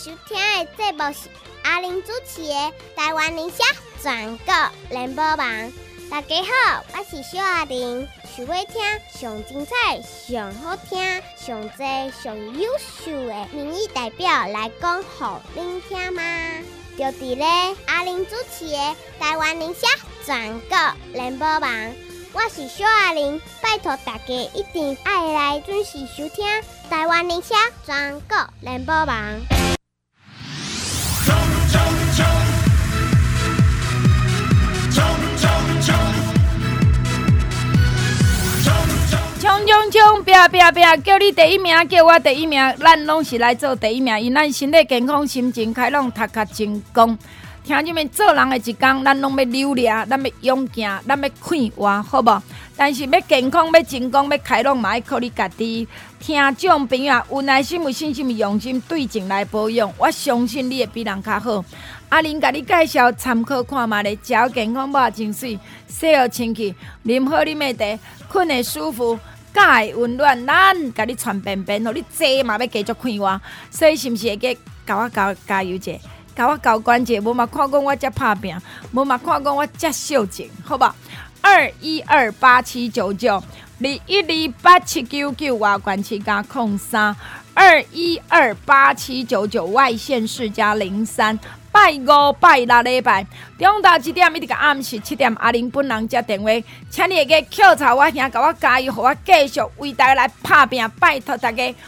收听的节目是阿玲主持的台湾宁夏全国联播网。大家好，我是小阿玲，想要听上精彩、上好听、上多、上优秀的民意代表来讲给您听吗？就伫咧阿玲主持的台湾宁夏全国联播网。我是小阿玲，拜托大家一定要来准时收听台湾宁夏全国联播网。 冲！拼！叫你第一名，叫我第一名，咱拢是来做第一名，因咱身体健康、心情开朗、读较成功。听入面做人的一天，咱拢要努力，咱要勇敢，咱要快活，好无？但是要健康、要成功、要开朗，嘛要靠你家己。听众朋友，有耐心、有信心、有用心，对症来保养，我相信你会比人较好。阿玲甲你介绍参考看嘛咧，食健康、抹真水，洗好清气，啉好啉的茶，困会舒服。会温暖，咱甲你传便便，互你坐嘛要继续看我，所以是毋是会记甲我加油者，甲我交关者，无嘛看讲我遮拍拼，无嘛看讲我遮秀情，好无？212879921287999外关七加03，2128799外县市加03。拜五拜六礼拜，中昼1点一直到暗时7点，阿玲本人接电话，请你会记扣查我兄，甲我加油，互我继续为大家来拍拼，拜托大家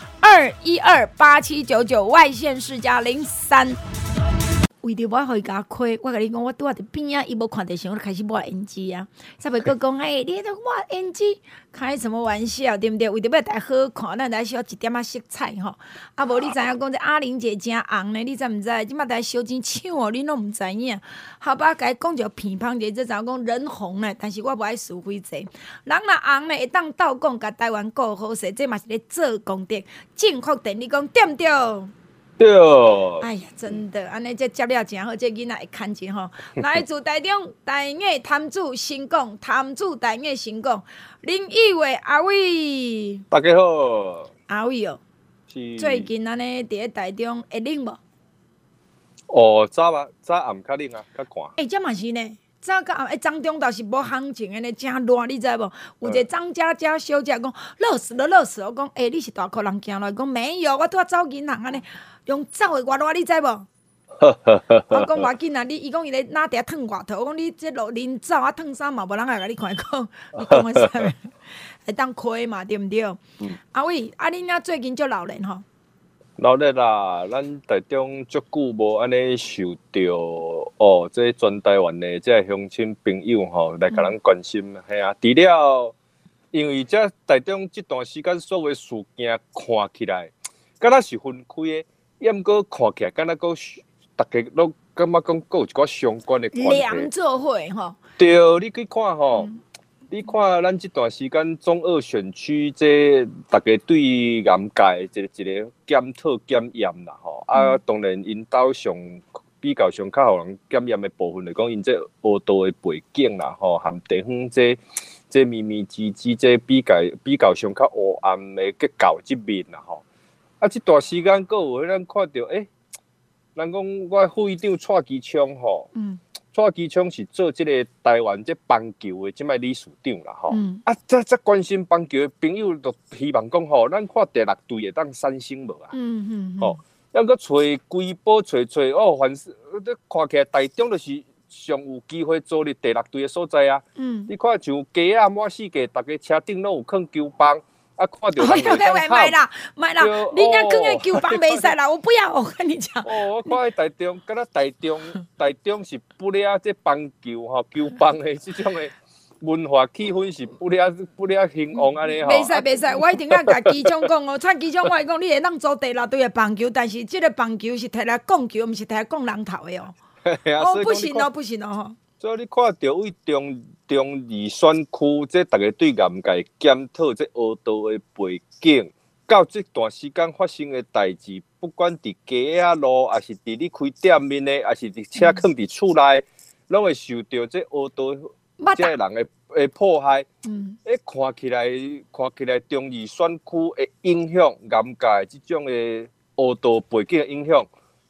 2128799外县市加03。为着我互伊甲开，我甲你讲，我拄仔伫边仔，伊无看电视，我就开始抹胭脂啊。才袂阁讲，你都抹胭脂，开什么玩笑，对不对？为着要大好看，咱来小一点仔色彩吼。啊，无你知影讲这阿玲姐真红呢？你知毋知？即马大小钱抢哦，你拢毋知影。好吧，甲伊讲一个偏方者，这怎讲人红呢？但是我无爱是非者。人若红呢，会当倒讲，甲台湾顾好势，这嘛是咧做功德。正确定，你讲对毋对？ 对， 哎呀，真的，安尼这接了真好，这囡仔会看者吼。来自台中台nghệ摊主新港，摊主台nghệ新港，林义伟阿伟， 大家好， 阿伟哦， 是最近安尼伫咧台中会冷无？ 哦，早暗较冷啊，较寒。 这嘛是呢。早到暗，昨中倒是无行情的呢，真热，你知无？有一个张家小姐讲热死了。我讲，你是大客人行来？讲没有，我拄仔走银行安尼，用走的偌热，你知无？我讲无要紧啊，伊讲伊咧哪地烫外头，我讲你这路临走啊，烫衫嘛，无人爱甲你看讲，你讲的啥物？会当开嘛，对毋对？阿伟，你若最近足老练吼。 老热啦，咱台中足久无安尼受到这全台湾的这乡亲朋友吼来甲咱关心，系啊。除了因为这台中这段时间所有事件看起来，敢若是分开的，也毋过看起来敢若个大家都感觉讲有一寡相关的关系。 两做伙吼。 对，你去看吼。你看，咱这段时间中二选区，这大家对严界一个检讨检验啦吼。当然因兜上比较上较互人检验的部分来讲，因这黑道的背景啦吼，含地方这秘密之这比较上较黑暗的结构这面啦吼。这段时间阁有咱看到，人讲我副议长蔡其昌吼。蔡其昌是做这个台湾这棒球的即摆理事长啦吼。这关心棒球的朋友，就希望讲吼，咱看第六队会当产生无啊？吼，要搁找规波找凡是看起来台中就是上有机会做入第六队的所在啊。你看像鸡啊满世界，逐个车顶拢有放球棒。看到人卖啦，你那放的球棒袂使啦，我不要，我跟你讲。 我看喺台中，敢若台中是不了这棒球吼球棒的这种的文化气氛是不了兴旺安尼吼。 袂使，我一定要甲机长讲哦，蔡机长，我会讲你会当做第六队的棒球，但是这个棒球是摕来讲球，毋是摕来讲人头的哦。不行哦。 所以你看到为中二选区，这大家对严界检讨这黑道的背景，到这段时间发生的代志，不管伫街仔路，还是伫你开店面的，还是伫车放伫厝内，拢会受到这黑道这人的迫害。看起来中二选区的影响，严界这种的黑道背景的影响，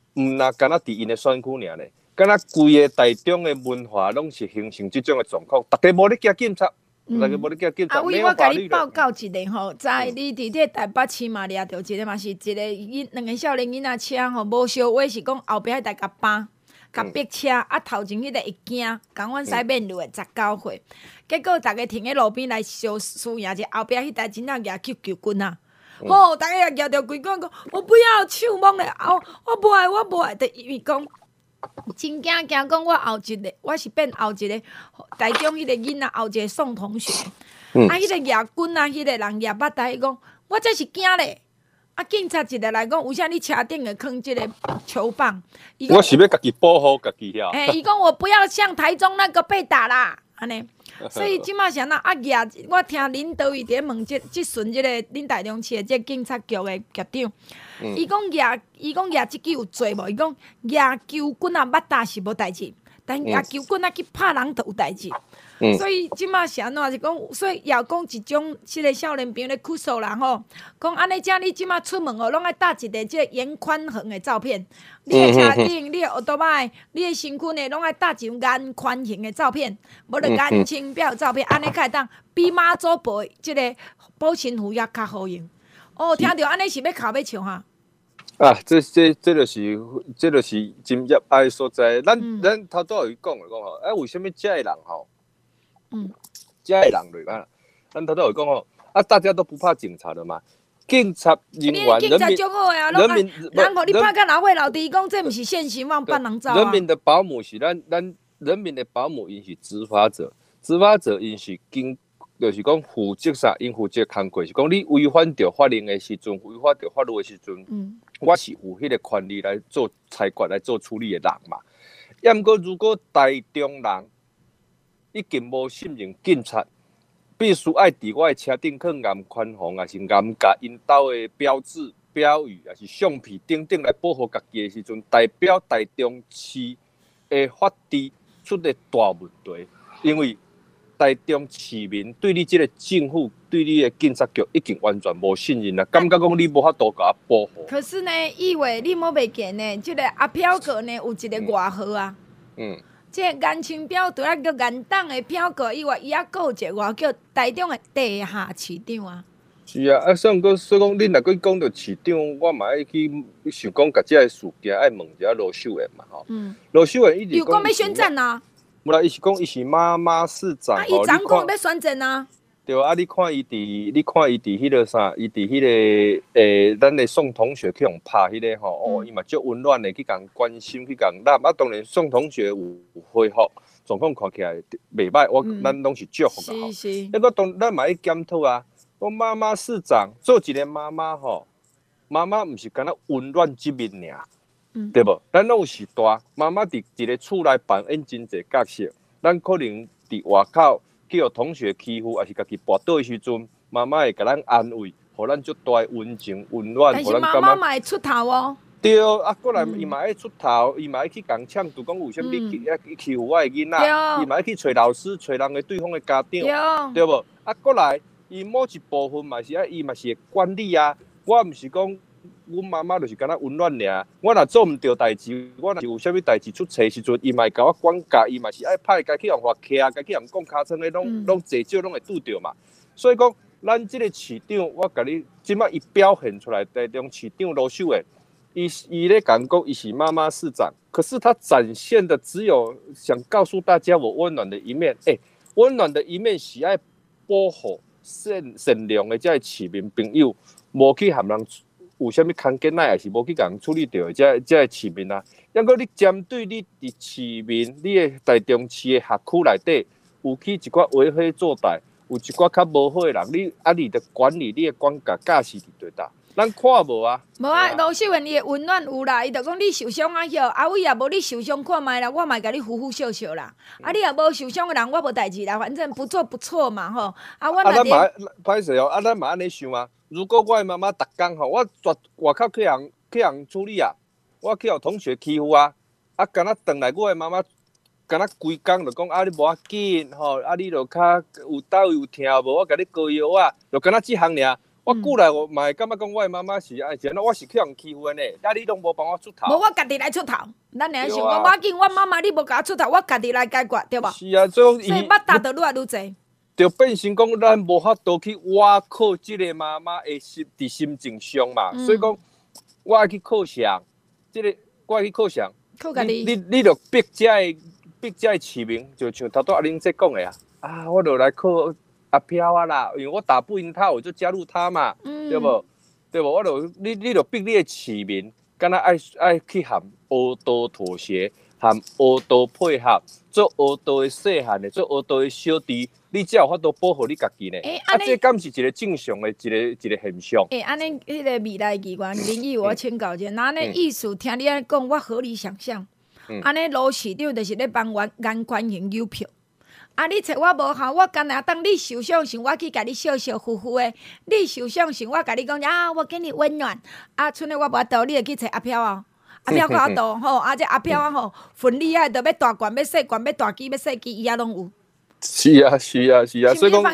若敢若伫因的选区尔咧，敢若规个台中的文化拢是形成即种的状况，大家无咧惊警察。大家无咧惊警察， 我甲你报告一个吼，在你伫这台北市嘛掠着一个嘛是一个两个少年囡仔车吼，无烧话是讲后壁迄台甲扒，甲逼车，头前迄个会惊，讲阮西面路的19岁，结果大家停喺路边来烧输赢者，后壁迄台真正举去球棍啊！吼，大家也举着规棍讲，我不要手摸咧，我无爱，就因为讲。真惊讲我后一个，我是变后一个台中迄个囡仔后一个宋同学，迄个举棍啊，迄个人举巴台讲，我这是惊咧。警察一个来讲，为啥你车顶会放即个球棒？ 我是要家己保护家己遐。 伊讲我不要像台中那个被打啦，安尼。所以即马是安那我听恁倒位伫问即阵即个恁台中市的即警察局的局长，伊讲即支有罪无？伊讲球棍捌打是无代志，但球棍去拍人就有代志。所以即马是安怎是讲，所以也讲一种即个少年朋友咧哭诉啦吼，讲安尼正你即马出门哦，拢爱搭一个即个严宽恒的照片。你的车顶、你的奥多麦、你的身躯呢，拢爱搭一张颜宽恒的照片，无就颜清标的照片，安尼才会当比妈祖婆即个保身符也较好用。哦，听着安尼是要哭要笑哈。 这就是真热爱的所在。咱头拄有讲吼，为什么遮个人吼？遮个人类啊，咱头拄有讲吼，大家都不怕警察的嘛。警察人员， 警察足好啊，人民，互你拍甲老伙老弟，讲这毋是现行犯办人走啊。 人民的保姆是咱人民的保姆，因是执法者，执法者因是就是讲负责啥，因负责工作是讲你违反着法令的时阵，违反着法律的时阵，我是有迄个权利来做裁决、来做处理的人嘛。要毋过如果台中人已经无信任警察，必须爱伫我的车顶放颜宽宏，还是颜甲因兜的标志、标语，还是相片等等来保护家己的时阵，代表台中市的法治出了大问题，因为台中市民对你这个政府、对你的警察局已经完全无信任了，感觉讲你无法度甲保护。 可是呢，以为你莫袂见呢，这个票格呢有一个外号啊。这个颜清标除了叫颜党的票格以外，伊还佫有一个外叫台中的地下市长啊。 是啊，所以讲恁若讲到市长，我嘛爱去想讲，甲这个事件爱问一下罗秀燕嘛吼。罗秀燕一直讲要选战啊。 无啦，伊是讲伊是妈妈市长。 伊昨讲要选战啊。 对啊，你看伊伫迄个啥，伊伫迄个咱的宋同学去用拍迄个吼，伊嘛足温暖的去共关心，去共揽。当然宋同学有恢复，状况看起来袂歹，咱拢是祝福的吼。那个咱嘛要检讨啊，讲妈妈市长做一个妈妈吼，妈妈毋是干那温暖一面尔，对无？咱拢有时大妈妈伫一个厝内扮演真侪角色，咱可能伫外口。去互同学欺负，还是家己跋倒的时阵，妈妈会甲咱安慰，互咱足大温情温暖。 但是妈妈嘛会出头哦。 对，过来伊嘛爱出头，伊嘛爱去共呛，就讲为什么你欺负我的囡仔？伊嘛爱去找老师，找人的对方的家长，对无？过来伊某一部分嘛是伊嘛是会管理啊。我毋是讲。阮妈妈就是敢若温暖尔，我若做毋对代志，我若是有啥物代志出错时阵，伊嘛会甲我管教，伊嘛是爱派该去人罚客，该去人讲尻川的，拢济少拢会拄着嘛。所以讲，咱即个市长，我甲你即摆伊表现出来，台中市长罗秀燕，伊咧讲伊是妈妈市长，可是他展现的只有想告诉大家我温暖的一面。温暖的一面是爱保护善良的这市民朋友，无去含人。有啥物空间内，还是无去共处理掉这市民啊？抑过你针对你伫市民，你的台中市的辖区内底，有去一寡为非作歹，有一寡较无好的人，你的管理，你的管教架势伫对搭，咱看无啊？ 无啊，罗秀燕伊的温暖有啦，伊就讲你受伤啊晓，阿伟也无你受伤看卖啦，我嘛甲你呼笑笑啦。你也无受伤的人，我无代志啦，反正不做不错嘛吼。 咱嘛歹势哦，咱嘛安尼想啊。如果我的妈妈逐工吼，我外口去人处理啊，我去互同学欺负啊，敢若转来我的妈妈，敢若规工就讲你无要紧吼，你就较有斗有疼无，我甲你膏药啊，就敢若即项尔。 我久来我嘛会感觉讲，我的妈妈是安尼，我是去人欺负的呢，你拢无帮我出头。 无，我家己来出头。咱来想讲，我紧，我妈妈你无甲我出头，我家己来解决，对无？ 是啊，所以捌打得愈来愈济。 就变成讲，咱无法度去挖靠即个妈妈的心情上嘛，所以讲，我爱去靠上，我爱去靠上。 靠家己。 你著逼这市民，就像头拄阿玲姐讲的啊，我著来靠阿飘啊啦，因为我打不赢他，我就加入他嘛，对无？对无？你著逼你的市民，敢若爱去含乌道妥协，含乌道配合，做乌道的细汉的，做乌道的小弟。你才有法度保护你家己呢？这敢是一个正常的一个现象。 安尼迄个未来议员林义，我请教者，那安尼意思听你安讲，我合理想象。安尼罗市长就是咧帮颜宽恒邮票。你找我无效，我干那当你受伤时，我去甲你笑笑呼呼的；你受伤时，我甲你讲我给你温暖。剩的我无法度，你会去找阿飘啊？阿飘靠度吼，这阿飘吼，分利啊，着要大罐，要细罐，要大机，要细机，伊也拢有。 是啊，所以讲，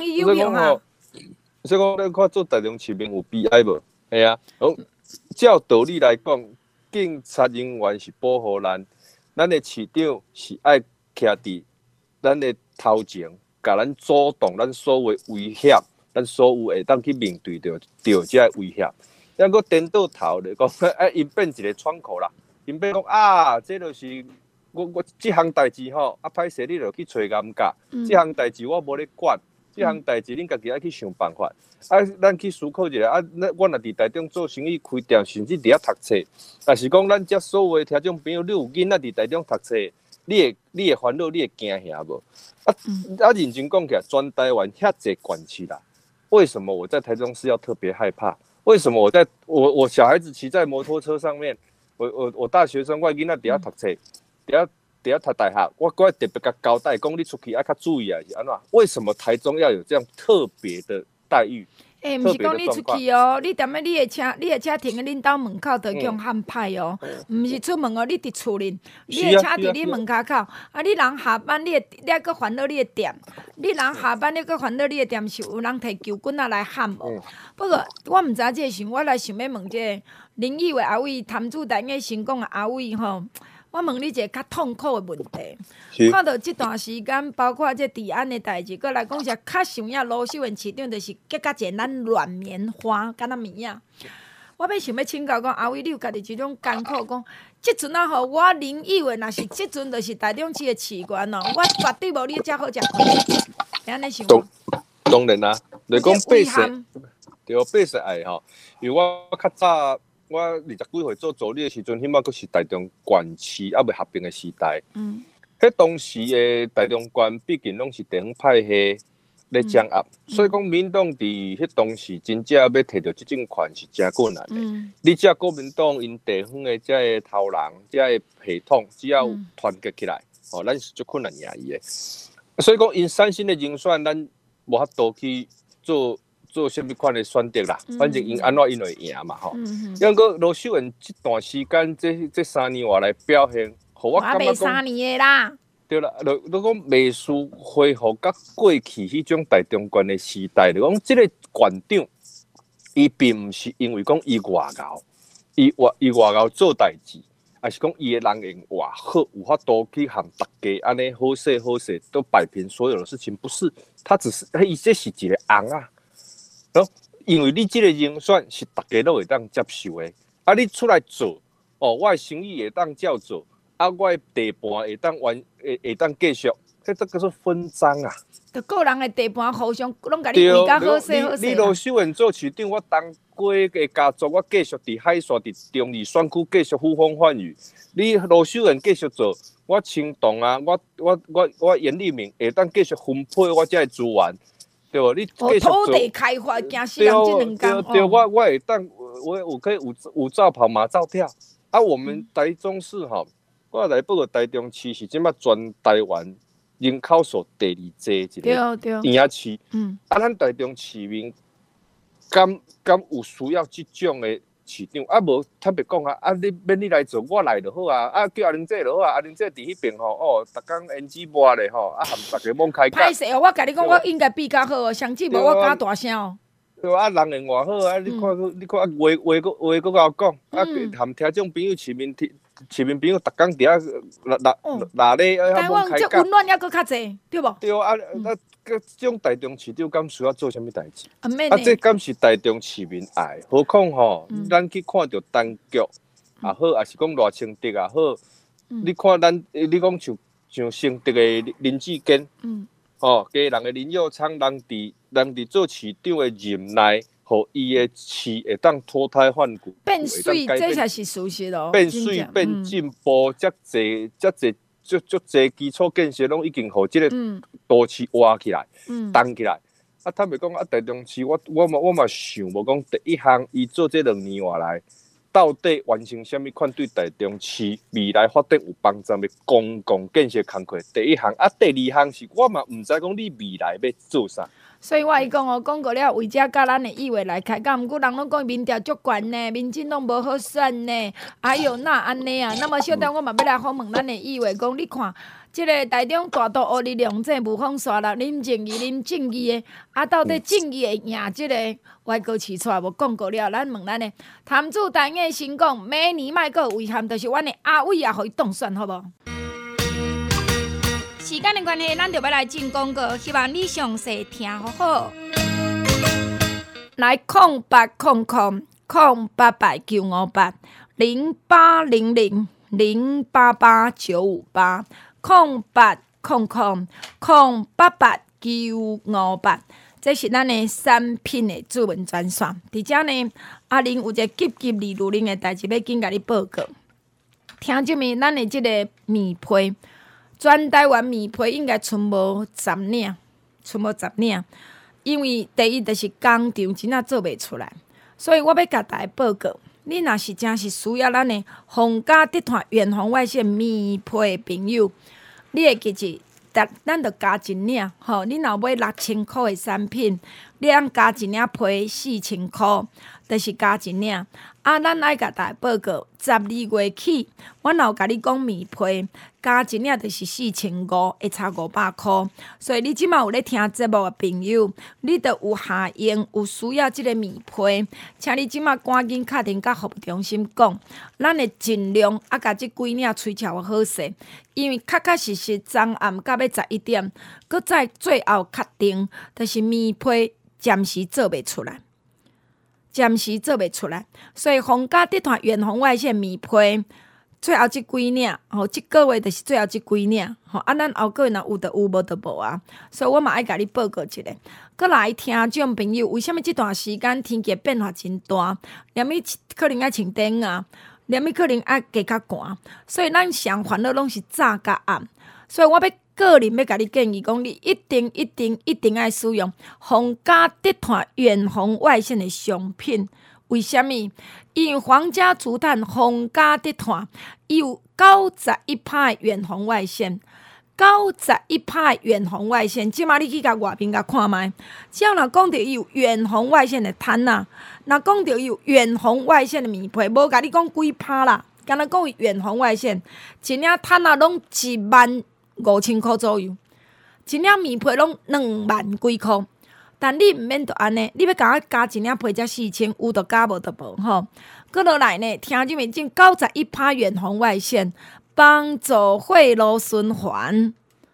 咱看做台中市民有悲哀无？系啊，照道理来讲，警察人员是保护咱的市长是爱徛伫咱的头前，甲咱阻挡咱所有威胁，咱所有会当去面对着这威胁。咱个颠倒头来讲，因变一个窗口啦，因变讲这就是。我这项代志吼，歹势你著去找严格。这项代志我无咧管，这项代志恁家己爱去想办法。咱去思考一下。我若伫台中做生意开店，甚至伫遐读册，但是讲咱遮所有的听众朋友，你有囡仔伫台中读册，你会烦恼，你会惊吓无？认真讲起来，全台湾遐济县市啦，为什么我在台中市要特别害怕？为什么我小孩子骑在摩托车上面，我大学生，我囡仔伫遐读册。伫遐读大学，我特别甲交代讲，你出去爱较注意啊，是安怎？为什么台中要有这样特别的待遇？ 毋是讲你出去哦，你踮咧你的车停喺恁兜门口，就叫喊派哦。毋是出门哦，你伫厝里，你的车伫你门口口。你人下班，你搁烦恼你的店。你人下班，你搁烦恼你的店是有人摕球棍来喊无？不过我毋知这个事，我来想要问这林义伟阿伟，潭子台应成功的阿伟吼。我问你一个较痛苦的问题，看到这段时间，包括这治安的代志，搁来讲是较想要罗秀燕市长，就是结甲一个咱软棉花，敢若物啊。我想要请教讲，阿伟，你有家己这种艰苦讲，即阵吼，我林义伟若是即阵就是台中市的市员哦，我绝对无你遮好食饭。安尼想无？ 当然啦，你讲百姓，对百姓爱吼，因为我较早。我20几岁做助理的时阵，起码阁是台中县市还未合并的时代。迄当时的台中县毕竟拢是地方派系咧掌握，所以讲民党伫迄当时真正要摕到即种权是真困难的。你只要国民党因地方的这个头人、这个系统，只要团结起来，咱是足困难赢伊的。所以讲因三星的人选，咱无法度去做什么款的选择啦？反正因安怎因会赢嘛吼。因个罗秀燕这段时间，这3年外来表现，互我感觉讲 3年的啦。 对啦，就讲未输恢复甲过去迄种台中县的时代。就讲这个县长，伊并毋是因为讲伊外敖，伊外敖做代志，还是讲伊的人缘外好，有法度去和大家安尼好势都摆平所有的事情，不是？他只是伊这是一个红啊。因为你这个人选是大家都会当接受的，你出来做，我的生意会当照做，我的地盘会当继续，这叫做分赃啊。 就个人的地盘互相拢甲你围甲好势。 你罗秀燕做市长，我当过的家族，我继续伫海线、伫中二选区继续呼风唤雨。你罗秀燕继续做，我青洞啊，我严立明会当继续分配我这资源。对无？你继续做土地开发，惊死人这两工。 对，我会当，我可以有照跑马照跳。我们台中市吼，我来报个台中市是即摆全台湾人口数第2济一个县市。咱台中市民敢有需要即种的市长？无特别讲你来做，我来就好啊！叫阿玲姐就好啊！阿玲姐伫迄边吼，逐工胭脂抹咧吼，含大家猛开讲。 歹势哦，我甲你讲，我应该比较好哦，上次无我敢大声哦。 对啊，人缘偌好啊！你看啊，话搁甲我讲，啊，含听众朋友市民朋友，逐工伫遐拉咧， 台湾这温暖还搁较济，对无？ 对啊，这种台中市长敢需要做啥物代志？这免敢是台中市民爱？何况吼，咱去看到单局也好，也是讲赖清德也好，你看你讲像承德的林志坚，家人的林佑昌，人伫做市长的任内。互伊的市会当脱胎换骨， 变水，这才是事实咯。 变水变进步，遮济基础建设，拢已经互即个都市挖起来、动起来。啊，坦白讲，啊，台中市我嘛想无讲第一项，伊做这2年外来，到底完成什么款对台中市未来发展有帮助的公共建设工作？第一项，啊，第2项是我嘛唔知讲你未来要做啥。 所以我讲哦，讲过了，为遮甲咱的议会来开讲，毋过人拢讲民调足悬呢，民进党无好选呢，哎哟那安尼啊，那么小弟我嘛要来访问咱的议会，讲你看，即个台中大都黑日亮这无放煞啦，林正义的，啊到底正义会赢即个歪歌市出无？讲过了，咱问咱的谭主台的先讲，明年莫阁有遗憾，就是阮的阿伟也互伊当选，好无？时间的关系，咱就要来进广告，希望你详细听好好。来0800-958-0800-080-088-958，这是咱的产品的主文专线。伫遮呢，阿玲有一个急二如零的代志要紧甲你报告。听即面，咱的即个棉被。全台湾棉被应该剩无10领，因为第一就是工厂真做袂出来，所以我要甲大家报告，你若是真是需要咱的皇家集团远红外线棉被的朋友，你会记住，咱着加一领，吼，你若买6000块的产品，你通加一领被4000块，就是加一领。啊，咱爱甲大家报告，12月起，我若有甲你讲棉被加一领就是4500，会差500块。所以你即马有咧听节目的朋友，你着有下用有需要即个棉被，请你即马赶紧打电甲服务中心讲，咱会尽量啊甲即几领吹超好势，因为确实昨暗到要11点，搁再最后确定，就是棉被暂时做袂出来。所以皇家集团远红外线棉被最后即几领，即个月就是最后即几领，咱后个月若有就有，无就无啊。所以我嘛爱甲你报告一下。搁来听众朋友，为什么即段时间天气变化真大？连咪可能爱穿短啊，连咪可能爱加较寒，所以咱上烦恼拢是早甲暗。所以我要个人要甲你建议讲，你一定爱使用皇家集团远红外线的商品。为什么？因为皇家竹炭皇家集团有91%远红外线，91%远红外线。即马你去甲外面甲看卖，只要若讲到有远红外线的毯啊，若讲到有远红外线的棉被，无甲你讲几趴啦，敢若讲远红外线，一领毯啊拢15000块左右，一领棉被拢2万几块。但你毋免着安尼，你要甲我加一领被才4000，有就加，无就无吼。搁落来呢，听入面种91%远红外线，帮助血路循环。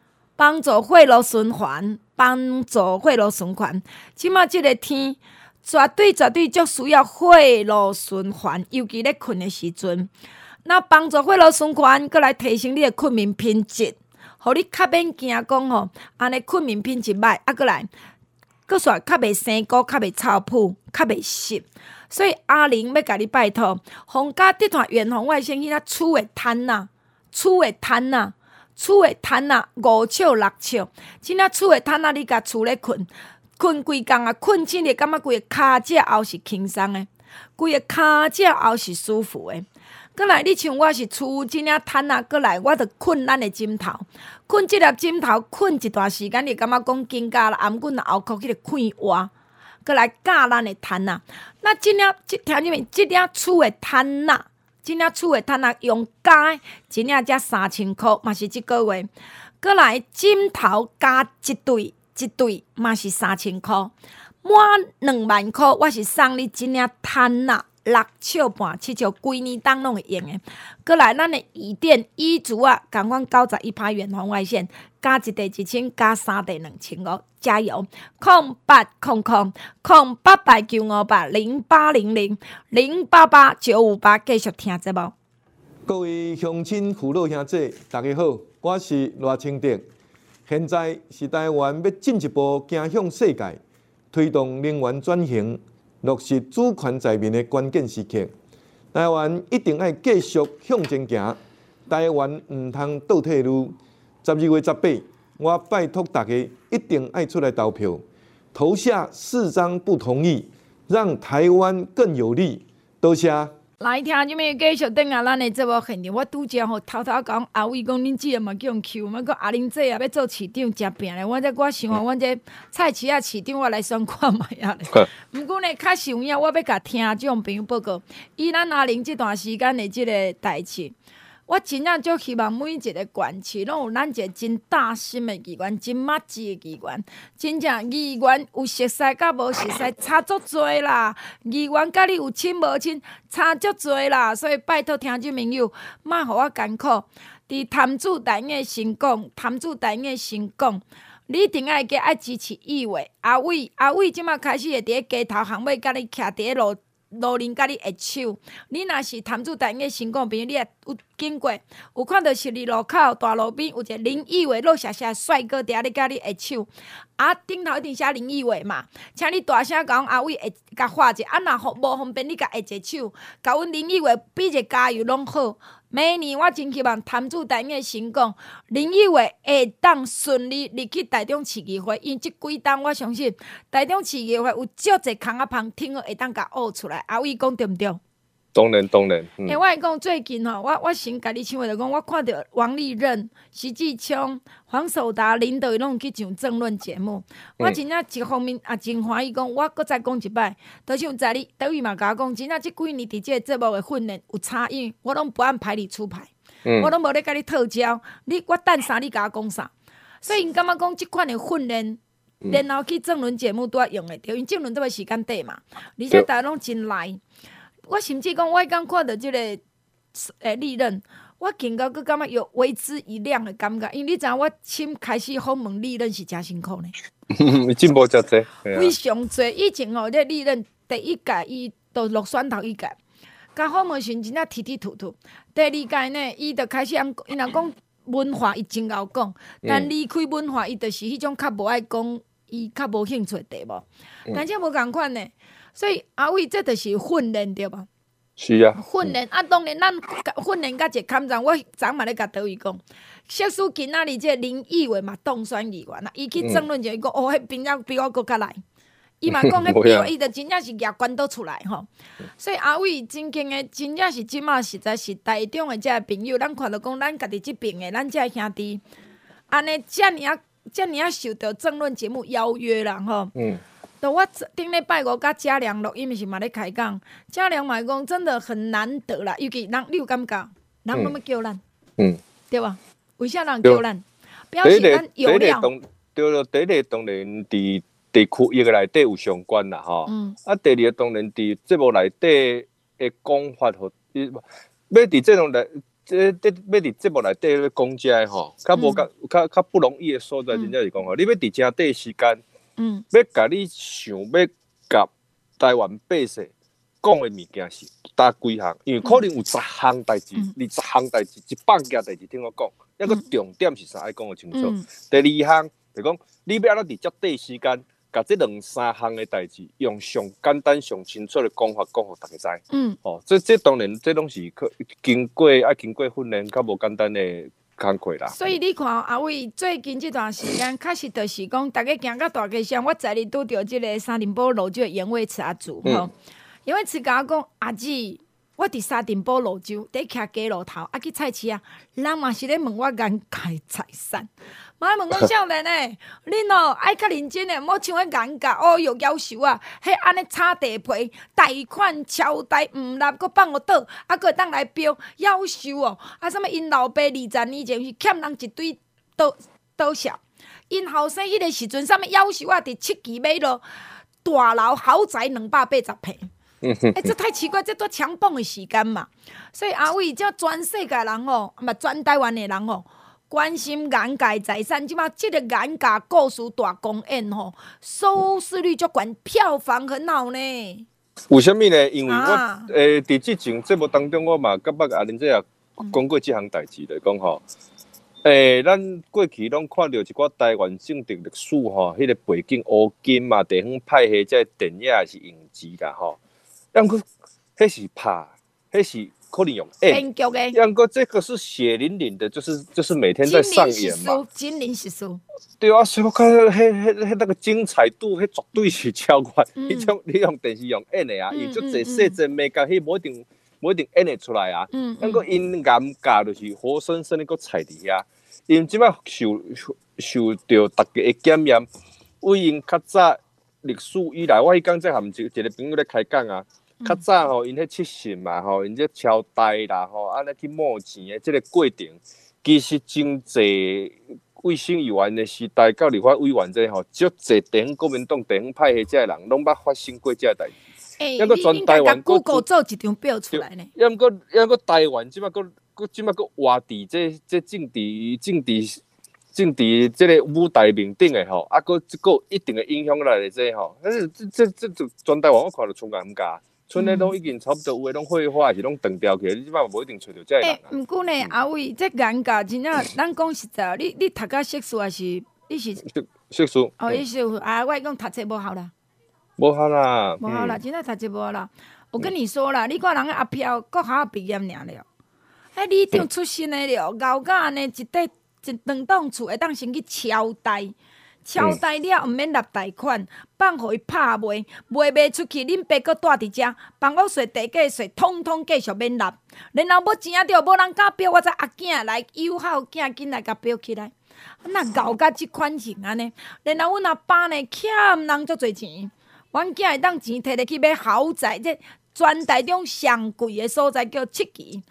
即马即个天，绝对足需要血路循环，尤其咧困的时阵。那帮助血路循环，搁来提升你的睡眠品质，互你较免惊讲吼，安尼睡眠品质歹，搁来。搁煞较袂生菇，较袂臭噗，较袂湿，所以阿玲要甲你拜托，皇家集团远红外线迄只厝的毯啊，5尺6尺，即只厝的毯啊，你甲厝咧困规工啊，困醒就感觉规个骹脊后是轻松的，规个骹脊后是舒服的。搁来，你像我是厝即领毯啊，搁来我着困咱的枕头，困即粒枕头，困一段时间，你感觉讲紧甲啦，颔棍啊后壳迄个困活，搁来架咱的毯啊。那听入面，即领厝的毯啊，用加一领才3000块，嘛是即个月。搁来枕头加一对嘛是3000块， 满2万块，我是送你一领毯啦，6尺半7尺，规年当拢会用的。过来，咱的椅垫、椅足啊，共阮91%远红外线，加一袋1000，加3袋2500，加油！0800-0858-0800-0888-958，继续听节目。 各位乡亲父老兄弟，大家好，我是罗清德。现在是台湾要进一步走向世界，推动能源转型、落实主权在民的关键时刻。台湾一定要继续向前行，台湾唔通倒退路。12月18，我拜托大家一定要出来投票，投下4张不同意，让台湾更有利。多谢。 来听这边继续等下咱的节目现场，我拄则吼偷偷讲阿伟讲恁姊嘛叫用 Q， 我讲阿玲姐也要做市长真拼咧。我想讲，阮这菜市啊市长我来选看卖啊咧。毋过呢，较想影我要甲听众朋友报告，以咱阿玲这段时间的即个代志。我真正足希望每一个县市拢有咱一个真大心的议员，真默契的议员。真正议员有熟识甲无熟识差足多啦，议员甲你有亲无亲差足多啦。所以拜托听众朋友，莫互我艰苦。伫潭子台的成功，潭子台的成功，你一定爱加支持议员阿伟即马开始会伫街头巷尾，甲你徛伫路林甲你握手，你若是潭子台的成功朋友，你也有经过，有看到十字路口大路边有一个林义伟老谢谢帅哥伫遐咧甲你握手，啊顶头一定写林义伟嘛，请你大声甲阮阿伟会甲画者，啊若无方便你甲握一个手，甲阮林义伟比一个加油拢好。明年我真希望潭子台的成功，林义伟会当顺利入去台中市议会，因即几档我相信台中市议会有足侪空仔芳，听了会当甲挖出来。阿伟讲对毋对？ 当然。 我会讲最近吼，我先甲你请话就讲，我看到王立任、徐继昌、黄守达、林德拢有去上政论节目，我真正一方面也真欢喜讲，我搁再讲一摆，就像在你德语嘛甲我讲，真正即几年伫即个节目的训练有差异，我拢不按牌理出牌，我拢无咧甲你讨教，我等啥你甲我讲啥，所以因感觉讲即款的训练。然后去政论节目都要用的着，因政论都要时间短嘛，而且大家拢真来。我甚至讲，我刚看到即个历任，我更加佫感觉有为之一亮的感觉，因为你知影我先开始访问历任是真辛苦呢。 进步真多， 非常多。以前吼，这历任第一届伊都落选头一届，甲访问时真正踢踢吐吐。第二届呢，伊就开始因若讲文化，伊真够讲，但离开文化，伊就是迄种较无爱讲，伊较无兴趣的题目。但这无共款呢。所以阿伟，这就是训练对吧？ 是啊。 训练啊，当然咱训练甲一个坎站，我昨嘛咧甲德伟讲，即使今仔日这林义伟嘛当选议员啦，伊去争论就伊讲，迄边仔比我搁较来。伊嘛讲，迄比我伊就真正是举关刀出来吼。所以阿伟真经的，真正是即马实在是台中的这朋友，咱看到讲咱家己即边的，咱这兄弟，安尼遮尔受到争论节目邀约啦吼。就我顶礼拜五甲嘉良录音是嘛咧开讲，嘉良嘛讲真的很难得啦，尤其人你有感觉，人拢要叫咱，对吧？为啥人叫咱？表示咱有料。 对了，第一个当然伫地区域内底有相关啦吼。啊，第二个当然伫节目内底的讲法吼，要伫这种来，要伫节目内底咧讲遮吼，较无较不容易的所在，真正是讲吼，你要伫正短时间。要甲你想要甲台湾百姓讲的物件是搭几项，因为可能有10项代志、20项代志、100件代志听我讲，抑个重点是啥爱讲个清楚。第二项就讲，你要安怎伫遮短时间，甲这2-3项的代志，用上简单、上清楚的讲法讲互大家知。这当然这拢是经过训练，较无简单的。 所以你看阿伟最近这段时间，确实就是讲，大家行到大街上，我昨日拄着即个沙丁堡路州的严伟慈阿祖吼，严伟慈甲我讲阿姊，我伫沙丁堡路州，伫徛街路头，去菜市啊，人嘛是咧问我眼界财产，嘛问我少年诶，恁爱较认真诶，莫像迄眼界哦哟夭寿啊，迄安尼炒地皮、贷款、超贷毋立，搁放互倒，搁会当来标夭寿哦，什么因老爸20年前是欠人一堆倒销，因后生迄个时阵，什么夭寿啊，伫7期买咯。 大楼豪宅280平。这太奇怪，这都强蹦的时间嘛。所以阿伟，这全世界人哦，嘛全台湾的人哦，关心眼界财产，即马这个眼界故事大公演吼，收视率足悬，票房很好呢。 为什么呢？因为我啊伫之前节目当中，我嘛甲捌阿玲姐也讲过这项代志来讲吼。咱过去拢看到一寡台湾政治历史吼，迄个背景乌金嘛，地方派系这电影还是影集啦吼。但过迄是拍，迄是可能用编剧的。 但过这个是血淋淋的，就是每天在上演嘛。 金陵十书。 对啊，所以我看迄那个精彩度，迄绝对是超越。迄种你用电视用演的啊，伊足侪细节美感，迄无一定演得出来啊。但过因眼界就是活生生的个踩伫遐，因即摆受到大家的检验，为因较早历史以来，我迄讲这含一个朋友咧开讲啊。较早吼，因迄出信嘛吼，因这朝代啦吼，安尼去募钱的这个过程，其实真济卫生议员的时代到立法委员这吼，足济地方国民党地方派系这人，拢捌发生过这代志。 你应该甲 Google 做一张表出来呢。 要毋过台湾即摆佫活伫这政治这个舞台面顶的吼，佫一定的影响来这吼，但是这全台湾我看到出眼界。村内拢已经差不多有诶，拢绘画还是拢断掉去，你即摆无一定找到这个人。 毋过呢，阿伟，这眼界真正，咱讲实在，你读到硕士还是你是？ 硕士。 哦，你是啊，我讲读册无效啦。 无效啦。 无效啦，真正读册无效啦。我跟你说啦，你看人阿飘国校毕业尔了，里长出身的了，熬到安尼一两栋厝会当先去敲贷。敲贷了，毋免纳贷款，放互伊拍卖出去，恁爸阁住伫遮，房屋税、地价税，统统继续免纳。然后要钱着，无人敢标，我才阿囝来友好囝紧来甲标起来。那熬到即款型安尼，然后阮阿爸呢欠人足侪钱，阮囝会当钱摕入去买豪宅，这全台中上贵的所在叫7期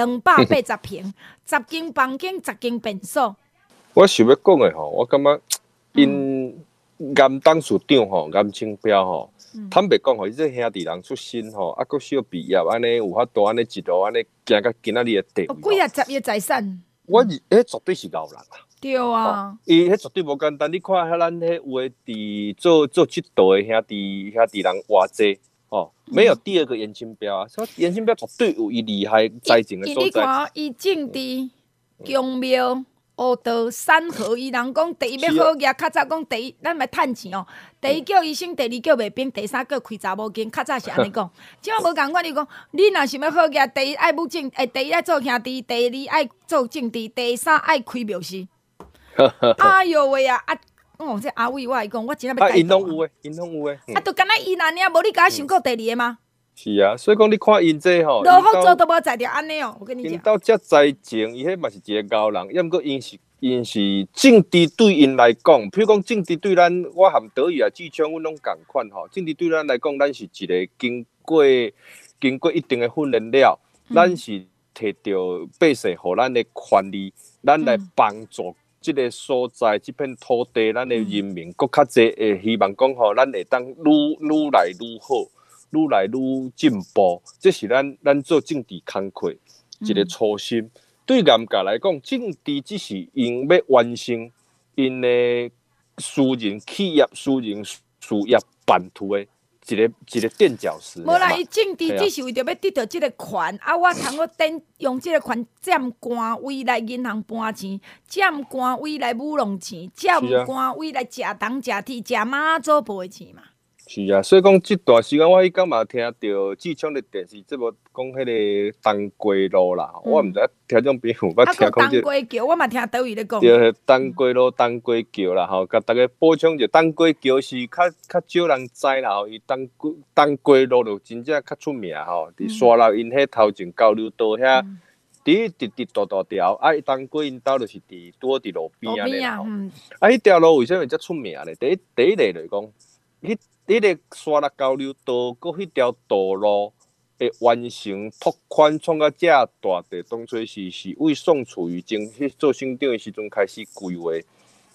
，280平，10间房间，10间便所。 我想要讲的吼，我感觉。因严董事长吼，严清标吼，坦白讲吼，伊这兄弟人出身吼，佫小毕业，安尼有法度安尼一路安尼行到今仔日的地位。 几10亿财产？ 我绝对是牛人啊！ 对啊， 伊绝对无简单。你看咱迄有诶伫做即道诶兄弟人偌济吼，没有第二个严清标啊！所以严清标绝对有伊厉害财政诶所在。 你看，伊政治、公庙。黑道三合，伊人讲第一要好业，较早讲第一，咱咪趁钱哦。第一叫医生，第二叫卖冰，第三叫开查某间，较早是安尼讲。即摆无共款，你讲你若想要好业，第一爱武政，第一爱做兄弟，第二爱做政治，第三爱开庙事。哎哟喂啊！哦，这阿伟我来讲，我真正要改。 因拢有诶，因拢有诶。 就敢若伊安尼啊，无你甲我想过第二个吗？ 是啊，所以讲你看因这吼， 落好做都无在着安尼哦，我跟你讲。 因到遮财政，伊迄嘛是一个高人，要毋过因是政治对因来讲，譬如讲政治对咱，我含德语啊、志昌，阮拢共款吼。政治对咱来讲，咱是一个经过一定的训练了，咱是摕到百姓互咱的权利，咱来帮助即个所在、即片土地，咱的人民搁较济会希望讲吼，咱会当愈来愈好。愈来愈进步，这是咱做政治工作一个初心。对严格来讲，政治只是因要完成因的私人企业、私人事业版图的一个垫脚石。 无啦，伊政治只是为着要得到即个权，啊，我通我用即个权占官位来银行搬钱，占官位来舞弄钱，占官位来食东食铁食马祖婆的钱嘛。 是啊，所以讲这段时间我迄天嘛听到志昌的电视节目讲迄个东归路啦，我毋知听众朋友捌听讲这。东归桥，我嘛听倒位咧讲。 对，东归路、东归桥啦，甲大家补充者，东归桥是较少人知啦，伊东归路就真正较出名吼，伫沙捞因迄头前交流道遐，伫直大条，啊，东归因兜就是伫路边安尼啦。迄条路为什么遮出名咧？第一类来讲，迄个沙拉交流道，搁迄条道路会完成拓宽，创到遮大地，当初是为宋楚瑜前去做省长的时阵开始规划，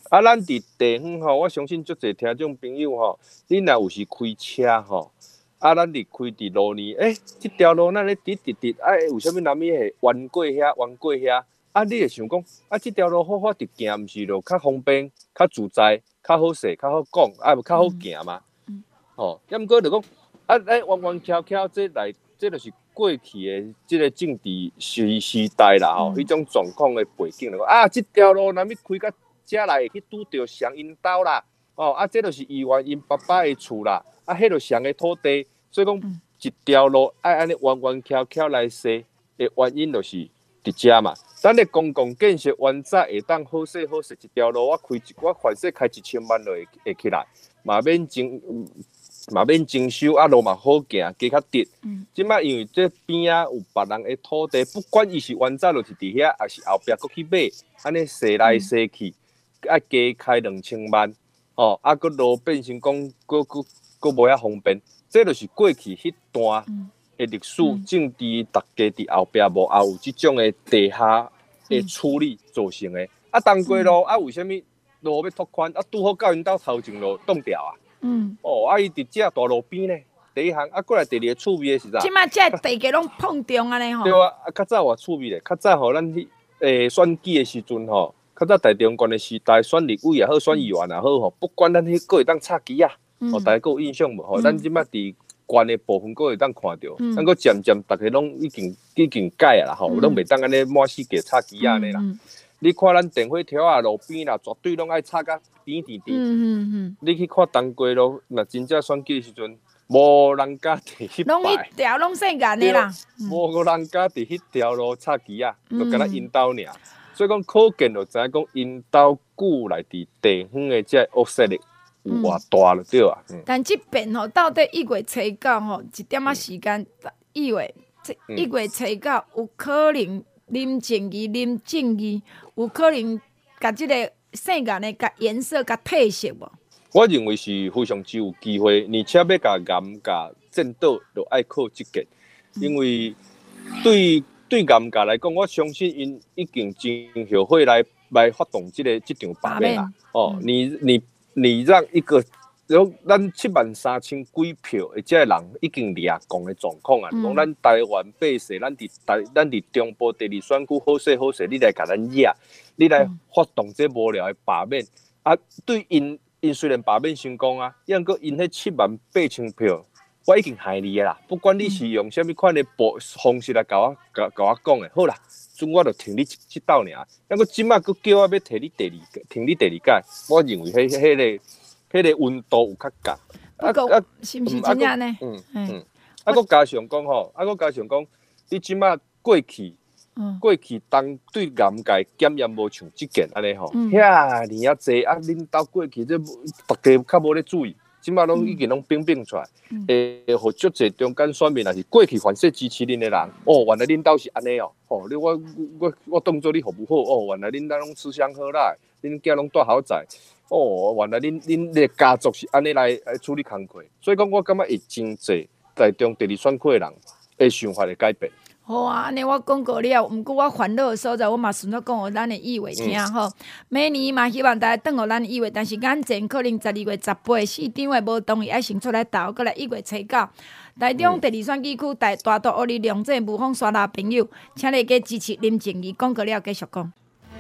啊，咱伫地方吼，我相信足侪听众朋友吼，你若有是开车吼，啊，咱伫开伫路呢，即条路咱咧直，为什么南咪会弯过遐？啊，你会想讲，啊，即条路好直行，毋是就较方便、较自在、较好势、较好讲，啊，较好行嘛？吼，要毋过就讲，弯翘，这就是过去的即个政治时代啦吼，迄种状况的背景就讲，即条路若咪开到遮来会去拄着上因兜啦，这就是议员因爸爸的厝啦，迄就上的土地，所以讲一条路爱安尼弯翘来踅的原因就是伫遮嘛。咱的公共建设原则会当好势，一条路我凡说开1000万就会起来，嘛免征收，路嘛好行，加较直。即摆因为这边有别人的土地，不管伊是原则就是伫遐，还是后壁搁去买，安尼踅来踅去，加开2000万，搁路变成讲搁无遐方便，这就是过去迄段的历史政治，大家伫后壁无有即种的地下的处理造成的。东过路为什么路要拓宽？拄好到因兜头前路冻掉啊！伊伫遮大路边呢，第一项，过来第二个趣味的是啥？ 即摆遮地价拢碰中安尼吼。 对啊，较早偌趣味咧，较早吼，咱选举的时阵吼，较早大中关的时代，选立委也好，选议员也好吼，不管咱迄个会当插旗啊，大家有印象无？吼，咱即摆伫县的部分，会当看到，咱个渐大家拢已经改啊啦吼，拢袂当安尼满世界插旗啊安尼啦。你看咱电火条啊，路边啦，绝对拢爱插甲边。你去看东街路，若真正选举的时阵，无人家伫迄拢迄条拢细眼的啦， 无个人家伫迄条路插旗啊，就敢若因兜尔。所以讲，可见就知影讲因兜久来伫地方的这恶势力有偌大了，对啊。 但即边吼，到底1月初9吼，一点仔时间，1月初9有可能林正义有可能甲即个细眼的甲颜色甲褪色无？ 我认为是非常之有机会，而且要甲严格检讨，就爱靠即个，因为对严格来讲，我相信因已经真后悔来发动即场罢免啦。你让一个，咱73000几票的这人已经掠光的状况啊！讲咱台湾百姓，咱伫中部第2选区好势，你来甲咱惹，你来发动这无聊的罢免啊！对因虽然罢免成功啊，抑个因迄78000票，我已经害你啦！不管你是用什么款的方式来甲我讲的，好啦，我就停你这道尔。抑个即马佫叫我要停你第二届，我认为迄个温度有较高。 是毋是真正呢？ 佫加上讲吼，你即马过去当对严格检验无像即件安尼吼，遐年济恁兜过去这大家较无咧注意，即马拢已经拢冰出来，互足侪中间选民也是过去凡是支持恁的人，原来恁兜是安尼哦，你我当作你服务好，原来恁兜拢吃香喝辣，恁囝拢住豪宅。原来恁的家族是安尼来处理工课，所以讲我感觉会真济台中第2选区的人的想法会改变。 好啊，安尼我讲过了，毋过我烦恼的所在，我嘛顺续讲互咱的议员听吼。明年嘛，希望大家转互咱的议员，但是眼前可能12月18市长的无同意，爱先出来投，过来1月初9。台中第2选举区大道乌里良这无风刷拉朋友，请你加支持林正义。讲过了，继续讲。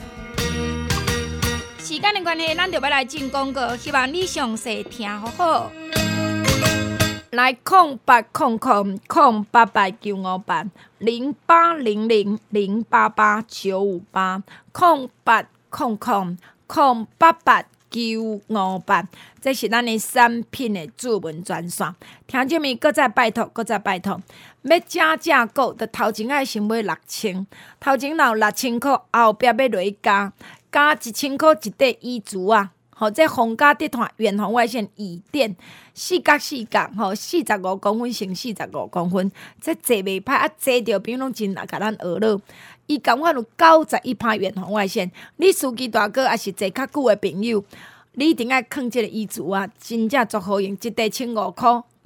时间的关系，咱就要来进广告，希望你详细听好好。来080008895808000800088958，这是咱的产品的主文专线。听众们，搁再拜托，要正购，就头前爱先买6000，头前若有6000块，后壁要落去加1000块一块椅子啊！这皇家地毯远红外线椅垫，4角，45公分乘45公分，这坐袂歹，坐着边拢真甲咱学了。伊感觉有91%远红外线，你司机大哥也是坐较久的朋友，你一定爱放这个椅子啊！真正足好用，一块15块，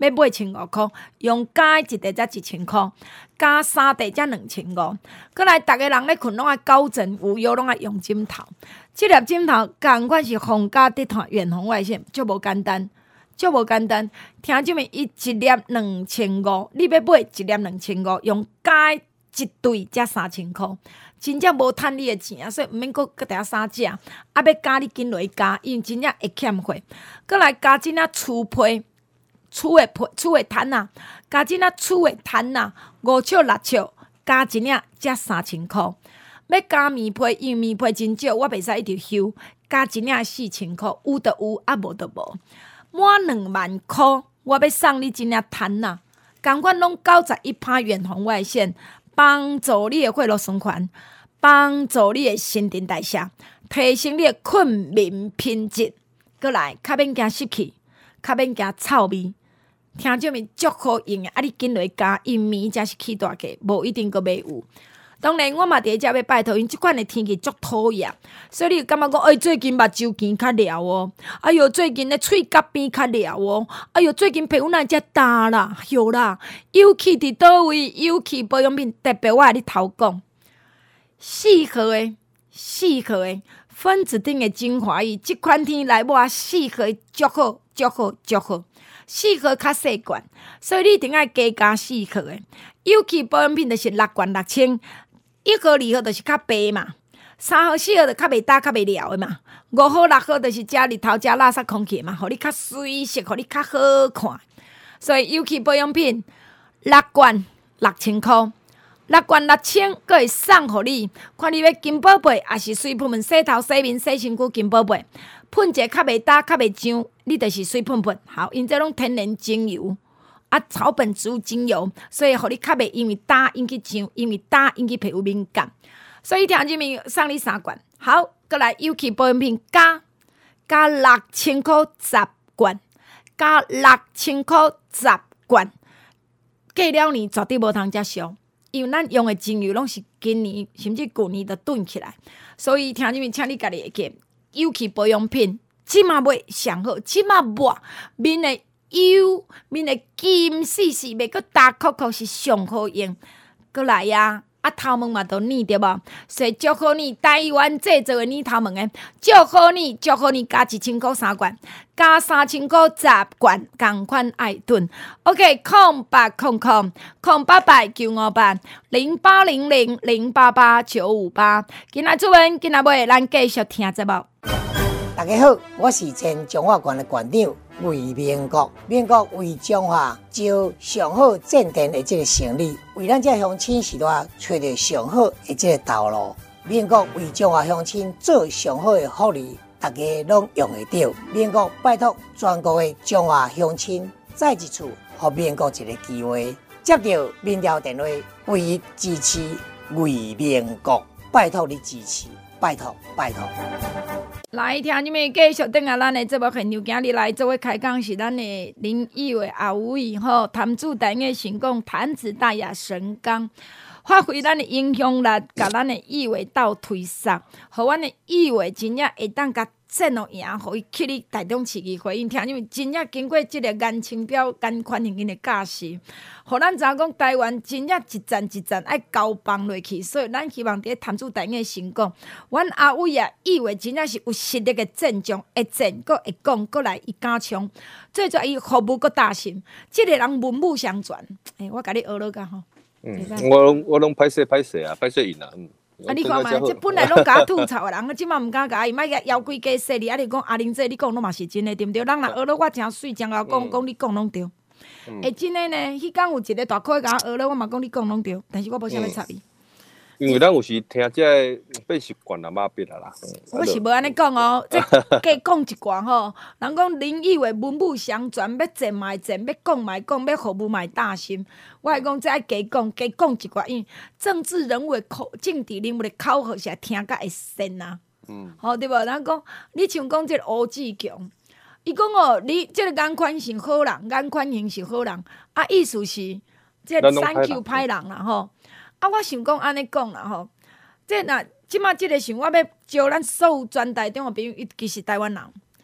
要买1500块，用加一袋才1000块，加3袋才2500。过来，逐个人咧困拢爱高枕无忧，拢爱用枕头。即粒枕头同款是防假得团远红外线，足无简单，足无简单。听即面，伊一粒2500，你要买一粒2500，用加一对才3000块。真正无趁你的钱啊，所以毋免搁第遐三只，啊要加你紧落加，因为真正会欠货。搁来加真仔粗皮、粗的摊啊，加真仔粗的摊啊，5尺6尺，加一领才3000块。要加棉被，因为棉被真少，我袂使一直收，加一领4000块，有就有，啊无就无。满2万块，我要送你真领摊啊，同款拢91%远红外线，帮助你的血液循环。帮助你的新陈代谢，提升你的困眠品质，过来较免惊湿气，较免惊臭味。听这面足好用的，啊！你紧落加，因棉才是起大价，无一定阁袂有。当然，我嘛伫遮要拜托，因即款的天气足讨厌，所以你感觉讲，最近目睭见较了哦，哎哟，最近的喙角边较了哦，哎哟，最近皮肤哪遮干啦，哟啦，尤其伫倒位，尤其保养品，特别我甲你头讲。适合的分子顶的精华液，即款天来抹适合足好，适合较细罐，所以你一定要加加适合的。尤其保养品就是6罐6000，1号2号就是较白嘛，3号4号就较袂干、较袂了的嘛，5号6号就是遮日头、遮垃圾空气嘛，互你较水色，互你较好看。所以尤其保养品6罐6000块。6罐6000，佫会送互你。看你要金宝贝，还是水喷喷洗头、洗面、洗身躯金宝贝，喷者较袂干、较袂痒，你就是水喷喷。好，因这拢天然精油啊，草本植物精油，所以互你较袂因为干引起痒，因为干引起皮肤敏感。所以听入面送你3罐。好，佫来尤其保养品加6000块10罐，加6000块10罐，过了年绝对无通接俗。因为咱用的精油拢是今年甚至旧年就炖起来，所以听入面请你家己会记，尤其保养品，即马买上好，即马抹面的油，面的金丝丝，袂阁大颗颗是上好用。过来呀，头毛嘛都腻对无？所以祝贺你台湾制作的黏头毛的，祝贺你加1000块3罐，加3000块10罐，同款爱炖。OK， 0800-958-0800-088-958。今仔主文，今仔尾咱继续听节目。 大家好，我是前中华县的县长魏明国。民国为中华招上好正电的这个成立，为咱这乡亲时代找到上好的这个道路。民国为中华乡亲做上好的福利，大家拢用得到。民国拜托全国的中华乡亲，再一次给民国一个机会，接到民调电话，唯一支持魏明国，拜托你支持，拜托。 来听你们继续等下咱的节目现场，今日来做位开讲是咱的林义伟阿五姨吼，谭主台的成功坛子大雅神钢，发挥咱的影响力，甲咱的义伟斗推杀，互阮的义伟真正会当甲战落赢，互伊去你台中市议会，因听你们真正经过即个颜清标、颜宽型的教示，互咱知影讲台湾真正一站一站爱交棒落去，所以咱希望伫谭主台的成功，阮阿伟啊，以为真正是有实力的战将，会战，佫会讲，佫来伊敢冲，最主要伊服务佫大心，即个人文武相传，我甲你学落甲吼。 我拢歹势啊，歹势赢啊。 你看嘛，这本来拢甲我吐槽的人，即马毋敢甲伊，莫邀几家势力，你讲阿玲姐，你讲拢嘛是真的，对毋对？人若学了我真水，真甲讲你讲拢对。真的呢，迄天有一个大块甲我学了，我嘛讲你讲拢对，但是我无啥要插你。 因为咱有时听这变习惯了嘛，变啦。 我是无安尼讲哦，这加讲一寡吼。人讲林义伟文武相传，要战嘛战，要讲嘛讲，要服务嘛大心。我会讲这爱加讲一寡，因为政治人物的政治人物的口号是听甲会深啊。好对无？人讲你像讲这个吴志强，伊讲哦，你这个颜宽是好人，颜宽型是好人，啊意思是这3Q 歹人啦吼。我想讲安尼讲啦吼，即马即个想我要招咱所有全台中的朋友，伊其实台湾人，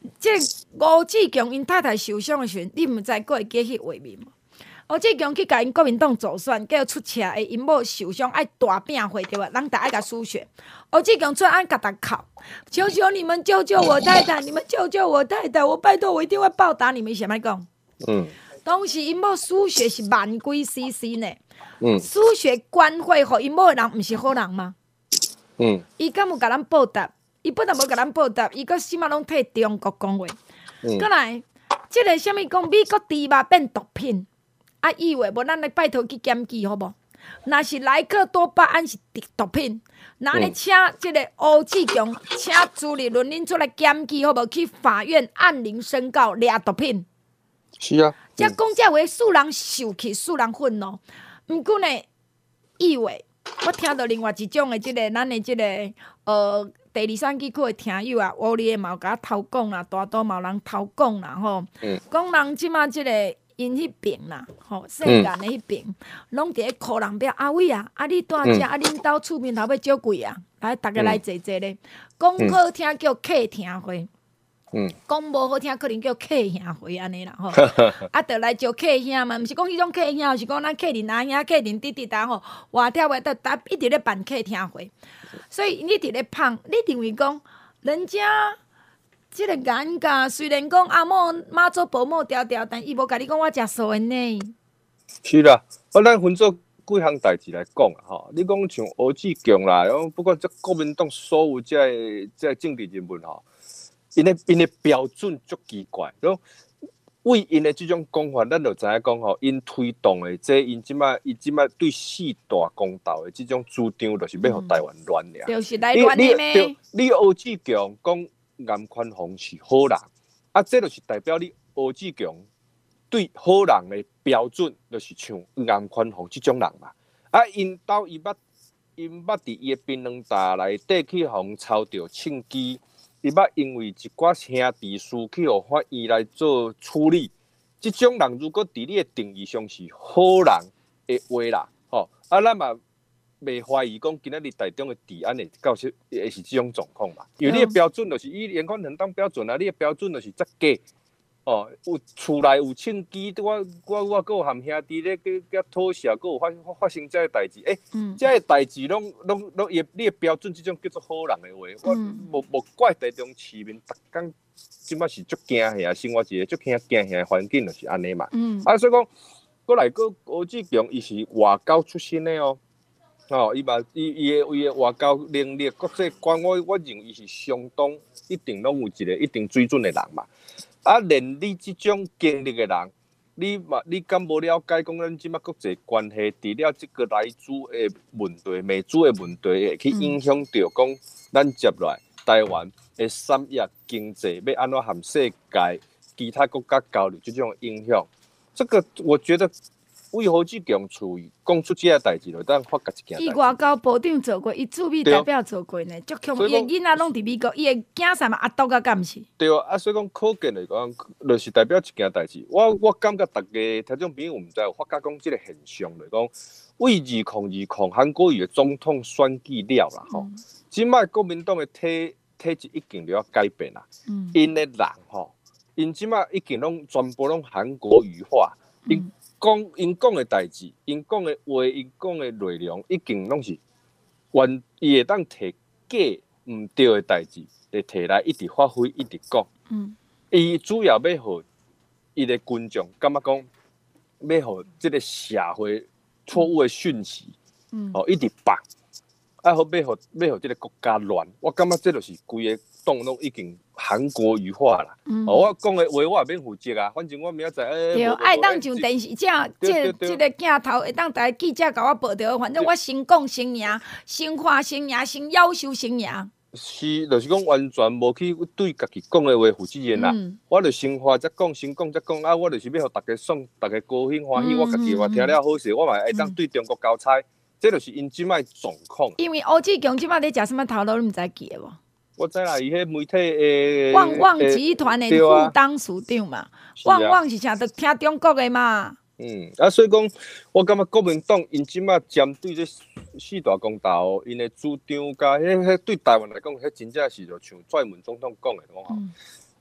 即吴志强因太太受伤的时阵，你毋知佫会记迄画面无？吴志强去甲因国民党助选，叫出车的因某受伤爱大病会对吧？人大爱甲输血，吴志强出来按甲逐哭，求求你们救救我太太，你们救救我太太，我拜托我一定会报答你们。是安尼讲？当时因某输血是万几 CC 呢？输血关会互因某的人，毋是好人吗？伊敢有甲咱报答？伊不但无甲咱报答，伊阁起码拢替中国讲话。过来，即个啥物讲美国猪肉变毒品？啊，以为无咱来拜托去检举好无？若是莱克多巴胺是毒品，那你请即个吴志强，请朱立伦恁出来检举好无？去法院按铃申告掠毒品。 是啊。 才讲这话，使人受气，使人愤怒。毋过呢，以为我听到另外一种的即个咱的即个第二选举区的听友啊，屋里的嘛有甲偷讲啦，大都嘛有人偷讲啦吼。讲人即马即个。因迄边啦，吼，世间的迄边，拢伫咧哭人表阿伟啊，啊你住遮，啊恁兜厝面头要少贵啊，来逐个来坐坐咧，讲好听叫客听会，讲无好听可能叫客兄会安尼啦吼，啊，着来招客兄嘛，毋是讲迄种客兄，是讲咱客人阿兄、客人弟弟呾吼，活跳话搭一直咧办客听会，所以你伫咧捧，你认为讲人家。即个眼价虽然讲阿某妈做保姆调调，但伊无甲你讲我食素的呢。 是啦，咱分做几项代志来讲啊，吼，你讲像吴志强啦，不管这国民党所有这政治人物吼，因的标准足奇怪，为因的这种讲法，咱就知影讲吼，因推动的因即摆对四大公道的这种主张，就是要互台湾乱俩。 就是来乱的咩？ 你吴志强讲。严宽宏是好人，啊，这就是代表你吴志强对好人的标准，就是像严宽宏这种人嘛。啊，因兜伊捌伫伊的槟榔搭内底去互抄到枪支，伊捌因为一寡兄弟事去互法院来做处理。这种人如果伫你的定义上是好人的话啦，吼，啊，咱嘛。袂怀疑讲今仔日台中的治安会到是这种状况嘛？因为你的标准就是以严宽宏当标准啊，你的标准就是遮低哦。有厝内有枪支，我搁有含兄弟咧，甲讨笑，搁有发生这个代志。这个代志拢你的标准，这种叫做好人的话，我无怪台中市民逐工即摆是足惊吓，生活一个足惊吓的环境就是安尼嘛。所以讲，过来个吴志强，伊是外交出身的哦。伊的外交能力、国际观，我认为伊是相当一定拢有一个一定水准的人嘛。啊，连你这种经历的人，你敢无了解讲咱即摆国际关系，除了这个来自的问题、美猪的问题，会去影响到讲咱接来台湾的产业经济要安怎和世界其他国家交流这种影响，这个我觉得。为何志强处于讲出这个代志就当发觉一件代志？ 伊外交部长做过，伊驻美代表做过呢，足强。伊的囡仔拢伫美国，伊的囝啥嘛压倒甲敢毋是？ 对啊，所以讲可见来讲，就是代表一件代志。我感觉大家听众朋友毋知有发觉讲这个现象来讲，为2020韩国瑜的总统选举了啦吼，即摆国民党的体制已经了改变啦。因的人吼，因即摆已经拢全部拢韩国瑜化。因讲的代志，因讲的话，因讲的内容，已经拢是伊会当摕假毋对的代志，来摕来一直发挥，一直讲。伊主要要互伊的群众感觉讲，要互即个社会错误的讯息，一直放，啊，好要互即个国家乱。我感觉这就是规个党拢已经韩国语化啦。我讲的话我也免负责啊，反正我明仔载对，爱当上电视这个镜头会当台记者甲我报道，反正我先讲先赢，先画先赢，先夭寿先赢。 是，就是讲完全无去对家己讲的话负责任啦。我就先画再讲，先讲再讲啊！我就是要互大家爽，大家高兴欢喜。我家己话听了好势，我嘛会当对中国交差。这就是因即摆状况。因为吴志强即摆咧食什么头路，你毋知记的无？ 我知啦，伊迄媒体诶， 旺集团的副董事长嘛，旺是啥？着听中国的嘛。 所以讲，我感觉国民党因即摆针对这四大公道，因的主张甲迄对台湾来讲，迄真正是就像蔡英文总统讲的讲吼，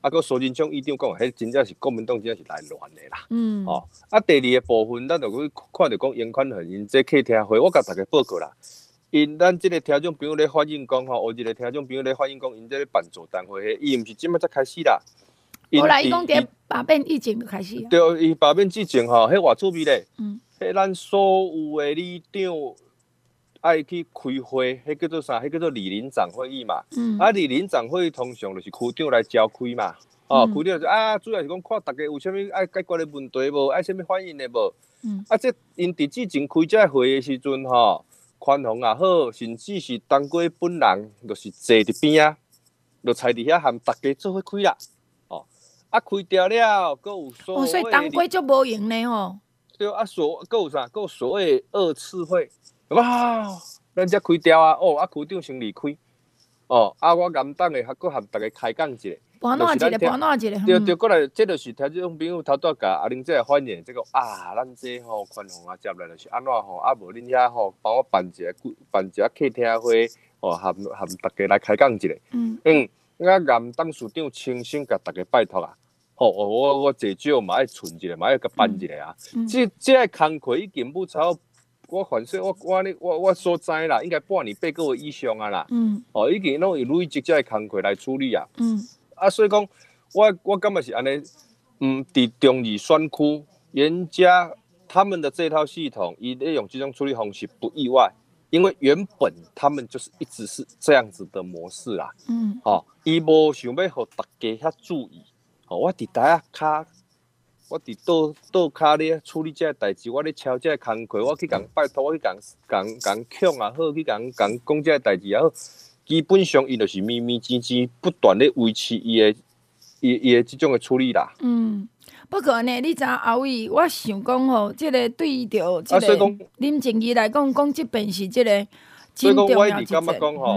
啊，个苏贞昌议长讲，迄真正是国民党真正是来乱的啦。 哦， 啊，第二个部分，咱就去看到讲严宽恒因这客厅会，我甲大家报告啦。因咱即个听众朋友咧反映讲吼，有一个听众朋友咧反映讲，因这咧办座谈会，伊毋是即摆才开始啦。 后来伊讲伫罢免以前就开始。 对，伊罢免之前吼，迄偌趣味咧。迄咱所有的里长爱去开会，迄叫做啥？迄叫做里邻长会议嘛。啊，里邻长会议通常就是区长来召开嘛。区长就主要是讲看大家有啥物爱解决的问题无，爱啥物反应的无。这因伫之前开这会的时阵吼。宽宏也好，甚至是当归本人，就是坐伫边啊，就菜伫遐含大家做伙开啦。开掉了，阁有所谓。 所以当归就无用呢吼。 对阁有啥？阁有所谓二次会，哇，咱才开掉啊！区长先离开。我严党的阁含大家开讲一下。 搬哪一个？ 对，过来，这就是听众朋友头拄甲阿玲姐反映，这个咱这吼宽宏接来就是安怎吼，无恁遐吼帮我办一个客厅会，含大家来开讲一下。严党市长亲身甲大家拜托啊，我最少嘛爱存一个，嘛爱甲办一个啊。这个工课已经不超。我反正我所知啦，应该半年8个月以上啊啦。已经拢以累积这个工课来处理啊。所以讲，我感觉是安尼。伫中二选区，严家他们的这套系统，伊咧用这种处理方式不意外，因为原本他们就是一直是这样子的模式啦。伊无想要互大家遐注意。我伫台下骹。我伫倒骹咧处理这个代志，我咧敲这个工课，我去共拜托，我去共呛也好，去共讲这个代志也好，基本上伊就是咪咪唧唧，不断咧维持伊的这种的处理啦。 不可能，你知阿伟，我想讲吼，这个对着这个林静怡来讲这边是这个真重要一件。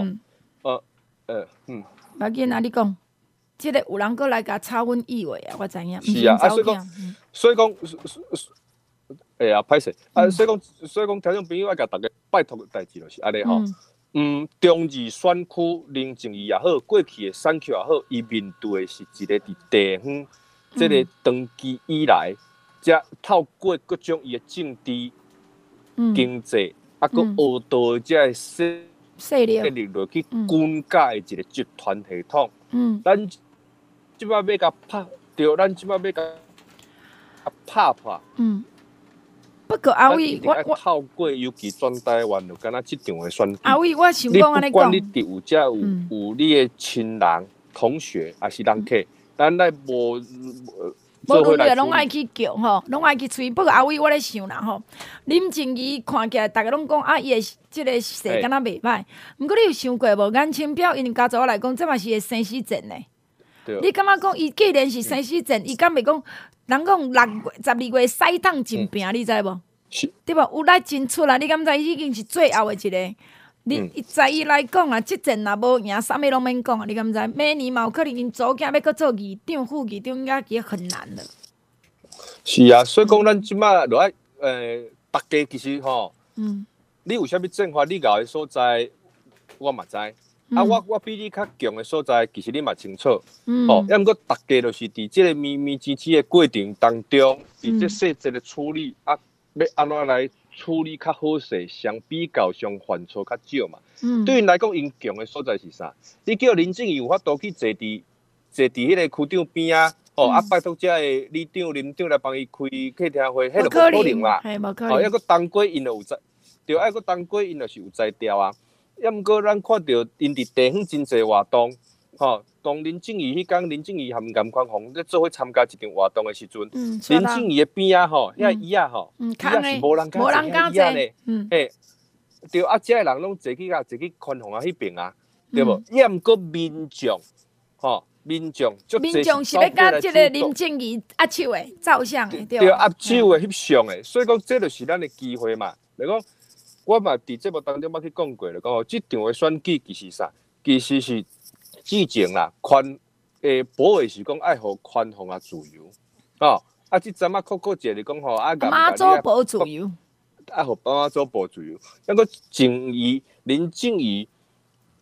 要紧啊，你讲。即个有人过来甲炒阮意味啊，我知影。 是啊，所以讲，歹势，所以讲，听众朋友爱甲大家拜托的代志就是安尼吼。中二选区林静怡也好，过去的选区也好，伊面对的是一个伫地方，即个登记以来，则透过各种伊的政治、经济，佮学道即个势力落去军改一个集团系统。咱即摆要甲拍，对，咱即摆要甲拍破。 不过阿伟，我透过尤其全台湾就敢若即场的选举。 阿伟，我想讲安尼讲， 你不管你伫有遮有你的亲人、同学，还是人客，咱来无论你拢爱去叫吼，拢爱去催。不过阿伟，我咧想啦吼，林静怡看起来，大家拢讲伊的即个势敢若袂歹。毋过你有想过无？颜清标因家族来讲，这嘛是个生死战呢。你感觉讲伊既然是生死战，伊敢袂讲？人讲6月、12月赛当真拼，你知无？对无？有来真出来，你敢知？已经是最后的一个。你在伊来讲啊，即阵若无赢，啥物拢免讲啊！你敢知？明年嘛有可能因组囝要搁做议长、副议长，应该也很难了。 是啊，所以讲咱即摆落来，大家其实吼，你有啥物政法，你搞的所在，我嘛知。我比你较强的所在，其实你嘛清楚。要毋过大家就是伫即个咪咪唧唧的过程当中，伫即细节的处理要安怎来处理较好势，相比较上犯错较少嘛。对因来讲，因强的所在是啥？你叫林正义有法度去坐伫迄个区长边啊？拜托遮个里长、林长来帮伊开客厅会，迄就无可能啦。抑个当归因就有在，对，抑个当归因就是有在调啊。要毋过，咱看到因伫地方真侪活动，当林正义迄天，林正义含颜宽宏咧做伙参加一场活动的时阵，林正义的边啊遐椅啊椅啊是无人敢坐咧，对遮个人拢坐去宽宏迄边啊，对无？要毋过民众是要甲即个林正义握手的、照相的，对握手的、翕相的，所以讲这就是咱的机会嘛。来讲。我嘛伫节目当中捌去讲过了，讲即场的选举其实啥？其实是之前啦，保卫是讲爱互宽宏啊自由，即阵扣一个讲吼， 妈祖保自由， 互妈祖保自由。那个林正义，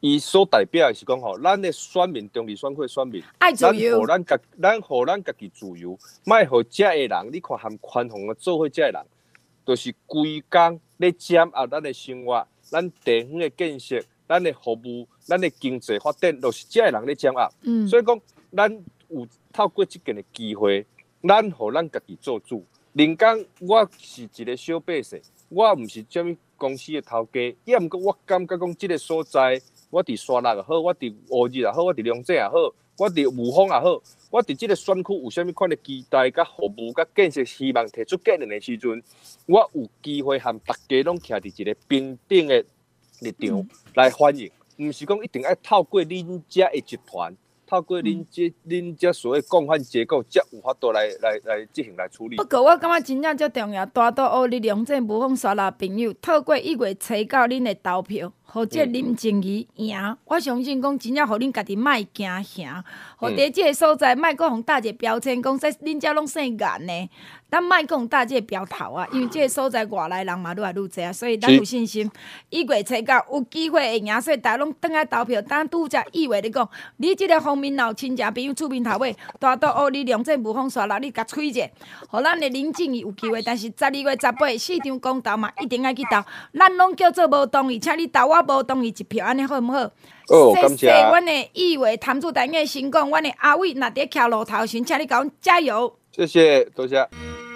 伊所代表的是讲吼，咱的选民中立选区选民， 爱自由， 咱家己自由，莫互遮个人，你看含宽宏的做伙遮个人，就是规工咧掌握咱的生活，咱地方的建设，咱的服务，咱的经济发展，都是遮个人咧掌握。所以讲，咱有透过即件的机会，咱互咱家己做主。人讲我是一个小百姓，我毋是啥物公司的头家，也毋过我感觉讲即个所在。我伫沙鹿也好，我伫乌日也好，我伫龙井也好，我伫雾峰也好，我伫即个选区有啥物款的期待、甲服务、甲建设，希望提出建议的时阵，我有机会和大家拢徛伫一个平等的立场来反映，毋是讲一定要透过恁遮的集团，透过恁遮所谓共犯结构，才有法度来进行来处理。 不过我感觉真正最重要，大都乌日龙井雾峰沙鹿朋友，透过1月初9恁的投票。互这林静怡赢，我相信讲真正互恁家己莫惊吓，互伫即个所在莫阁互搭一个标签，讲说恁遮拢姓颜呢，咱莫阁互搭即个标头啊，因为即个所在外来人嘛愈来愈侪啊，所以咱有信心1月初9有机会会赢，所以大家拢倒来投票。当拄则意话咧讲，你即个方面老亲戚朋友厝边头尾，大到乌日龙井雾峰沙鹿，你甲催者，互咱的林静怡有机会。但是12月18市场公投嘛，一定要去投，咱拢叫做无同意，请你投我。无同意一票，安尼好毋好？ 感谢。 阮的议会谭主台的先讲，阮的阿伟若伫徛路头时，请你甲阮加油。 谢谢，多谢。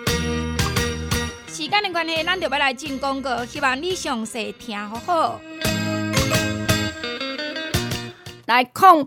时间的关系，咱就要来进广告，希望你详细听好好。来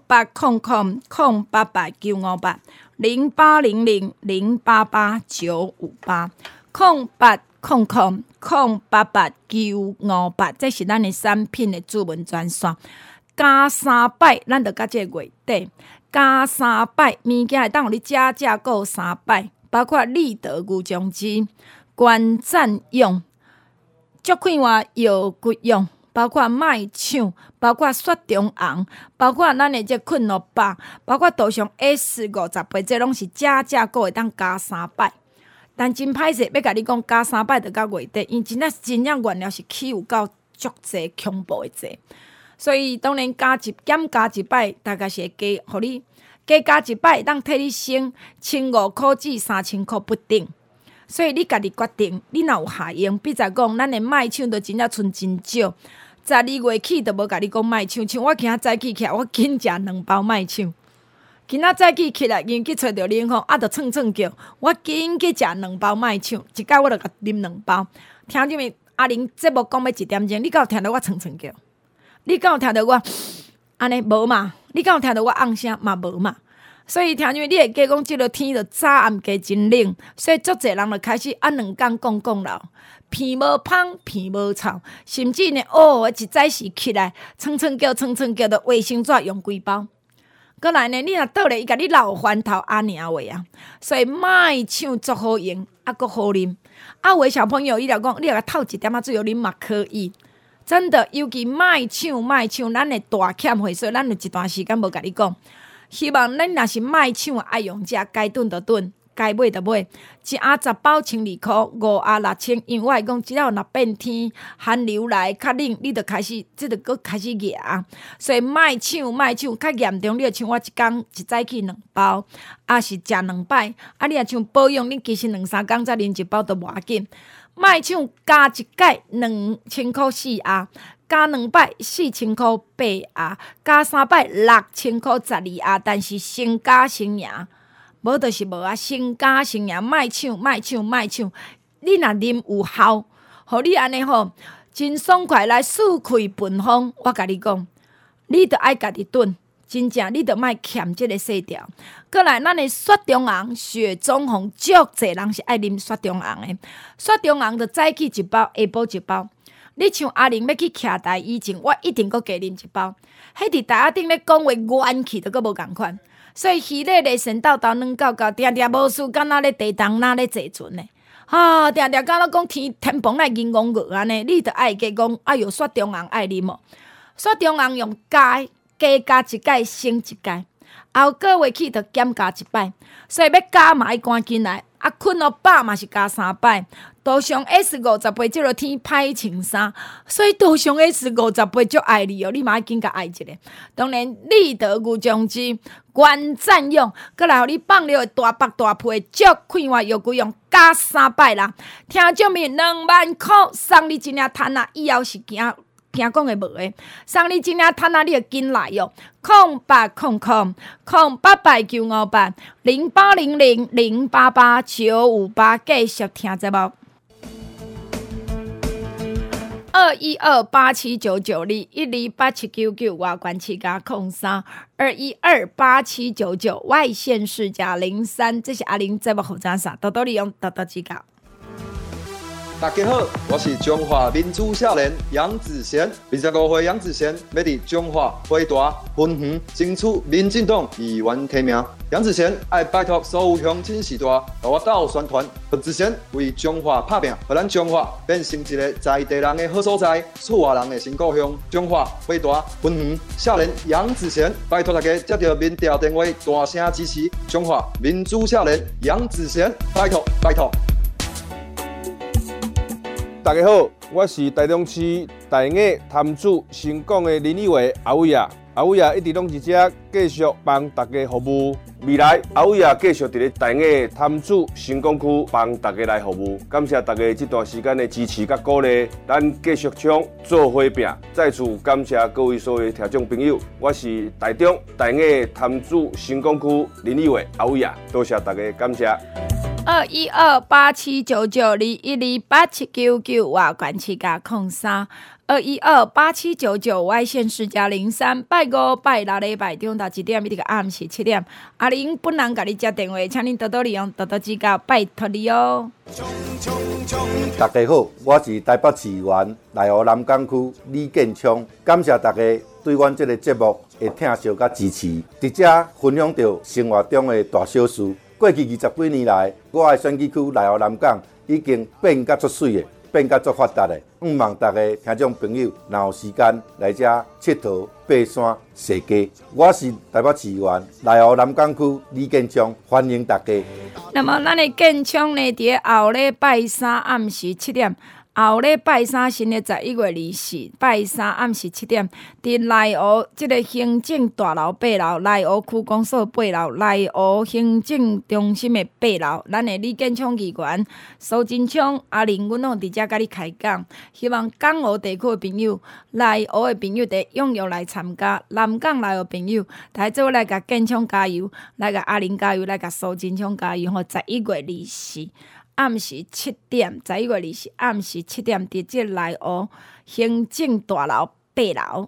0800-088-958，0800-088-958，这是咱的产品的主文专线。加3摆，咱就到这个月底。加3摆，物件会当互你食够3摆，包括立德牛酱汁、关赞用、竹款花药骨用，包括麦抢，包括雪中红，包括咱的这困乐巴，包括杜上 S50杯，这拢是食够会当加3摆。但真歹势，要甲你讲加3摆就到月底，因真正原料是起有够足济恐怖的济，所以当然加一摆，大概是会加，互你加一摆，会当替你省1500块至3000块不等。所以你家己决定，你若有下用，比在讲咱的麦抢就真正剩真少。12月起就无甲你讲麦抢，像我今仔早起来，我紧食2包麦抢。今仔早起起来，因去找着恁吼，就蹭叫，我紧去食2包麦抢，一摆我就甲啉2包。听见没？阿玲节目讲要1点钟，你敢有听到我蹭叫？你敢有听到我安尼无嘛？你敢有听到我昂声嘛无嘛？所以听见没？你会记讲，即个天就早暗加真冷，所以足侪人就开始2天讲了，鼻无芳，鼻无臭，甚至呢，一早时起来蹭叫，就卫生纸用几包。过来呢，你若倒来，伊甲你闹翻头安尼话啊，所以麦抢足好用，阁好啉。有的小朋友伊若讲，你若甲透1点仔水互啉嘛可以，真的，尤其麦抢，咱的大欠会，所以咱有一段时间无甲你讲。希望咱若是麦抢爱用者，该炖就炖，该买就买。一盒10包12块，5盒6000。因为我会讲，只要若变天寒流来较冷，你就开始，这就搁开始热。所以麦抢较严重，你就像我一工一早起2包，是食2摆。你若像保养，你其实2-3工才啉1包都无要紧。麦抢加一盖2000块4盒。加2摆4000块8盒，加3摆6000块12盒，但是先加先赢，无就是无啊，先加先赢，卖抢，你若啉有效，互你安尼吼，真爽快来四开奔放。我甲你讲，你着爱家己炖，真正你着莫欠即个细条。过来，咱的雪中红、雪中红，足侪人是爱啉雪中红的。雪中红着早起1包，下晡1包。你像阿玲要去徛台以前，我一定搁加啉1包。迄伫台仔顶咧讲话元气都搁无共款，所以鱼咧咧神豆豆软狗狗，定定无事，敢若咧地动哪咧坐船呢？定定敢若讲天崩来银光月安尼，你着爱加讲，哎哟，雪中红爱啉哦。雪中红用加加一盖，省一盖。后个月起着减加1摆，所以要加嘛爱赶紧来。困乐饱嘛是加3摆， 多上 S50倍，即落天歹穿衫，所以多上 S50倍足爱你哦，你嘛要紧甲爱一下。当然，立德牛酱汁原占用，搁来互你放了大腹大屁，足快活又贵用，加300啦。听众们2万块送你一领摊啊，以后是惊讲的无的，送你一领摊啊，你就紧来哟。0800-0800-0800-0888-958，继续听节目。212879921287799外关七加03，2128799外县市加03，这是阿玲节目负责啥？多多利用，多多指教。 大家好，我是中华民主少年杨子贤，25岁杨子贤要伫中华回大分园争取民进党议员提名。杨子贤爱拜托所有乡亲时代，和我斗宣传，让子贤为中华打拼，让咱中华变成一个在地人的好所在，厝外人的新故乡。中华回大分园少年杨子贤，拜托大家接到民调电话，大声支持中华民主少年杨子贤，拜托拜托。 大家好，我是台中市大雅潭子新港的林立伟阿伟啊。阿伟啊，一直拢是遮继续帮大家服务。未来阿伟啊，继续伫咧大雅潭子新港区帮大家来服务。感谢大家这段时间的支持甲鼓励，咱继续冲做伙拼。再次感谢各位所有听众朋友，我是台中大雅潭子新港区林立伟阿伟啊，多谢大家，感谢。 212879921287799外关七加03，2128799外县市加03，拜5拜6礼拜中到1点，一直到暗时7点。阿玲本人甲你接电话，请您多多利用，多多指教，拜托你哦。 大家好，我是台北市议员内湖南港区李建昌，感谢大家对阮这个节目的听惜甲支持，伫遮分享到生活中的大小事。过去20几年来，我的选举区内湖南港已经变甲足水的，变甲足发达的。望大家听众朋友，若有时间来遮佚佗、爬山、踅街。我是台北市议员内湖南港区李建昌，欢迎大家。 那么，咱的建昌呢，伫后礼拜三暗时7点。后礼拜三新的11月24，拜三暗时7点，伫内湖即个行政大楼8楼、内湖区公所8楼、内湖行政中心的8楼，咱的李建昌议员苏金昌、阿玲，阮拢伫遮甲你开讲，希望港澳地区的朋友、内湖的朋友得踊跃来参加，南港内湖朋友，大家做伙来甲建昌加油，来甲阿玲加油，来甲苏金昌加油吼！11月24。暗时7点，11月24暗时7点，伫即内湖行政大楼8楼。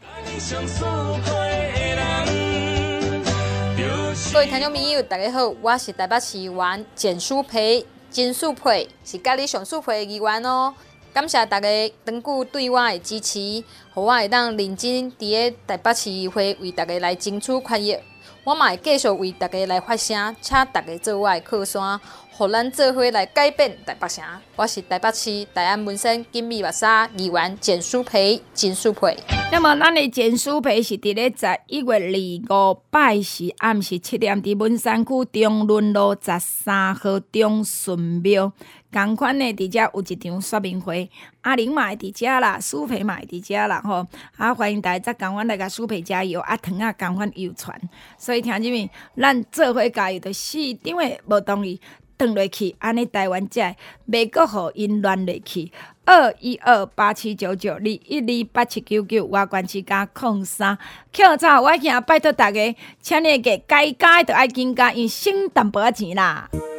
各位听众朋友，大家好，我是台北市议员简淑培，金淑培是甲你上淑培的议员哦。感谢大家长久对我的支持，予我会当认真伫咧台北市议会为大家来争取权益。我嘛会继续为大家来发声，请大家做我的靠山。互咱做伙来改变台北城。我是台北市大安文山金美目沙议员简淑培，金淑培。 那么，咱的简淑培是伫咧11月25拜四暗时7点，伫文山区中仑路13号中顺庙。同款的，伫遮有一场说明会，阿玲嘛会伫遮啦，淑培嘛会伫遮啦吼。欢迎大家共阮来甲淑培加油，糖啊共阮游传。所以听众们，咱做伙加油，着市长的无同意。转落去，安尼台湾才袂阁互因乱落去。212879921287799外关市加03。扣早，我兄拜托大家，请你个该加就爱紧加，因省淡薄仔钱啦。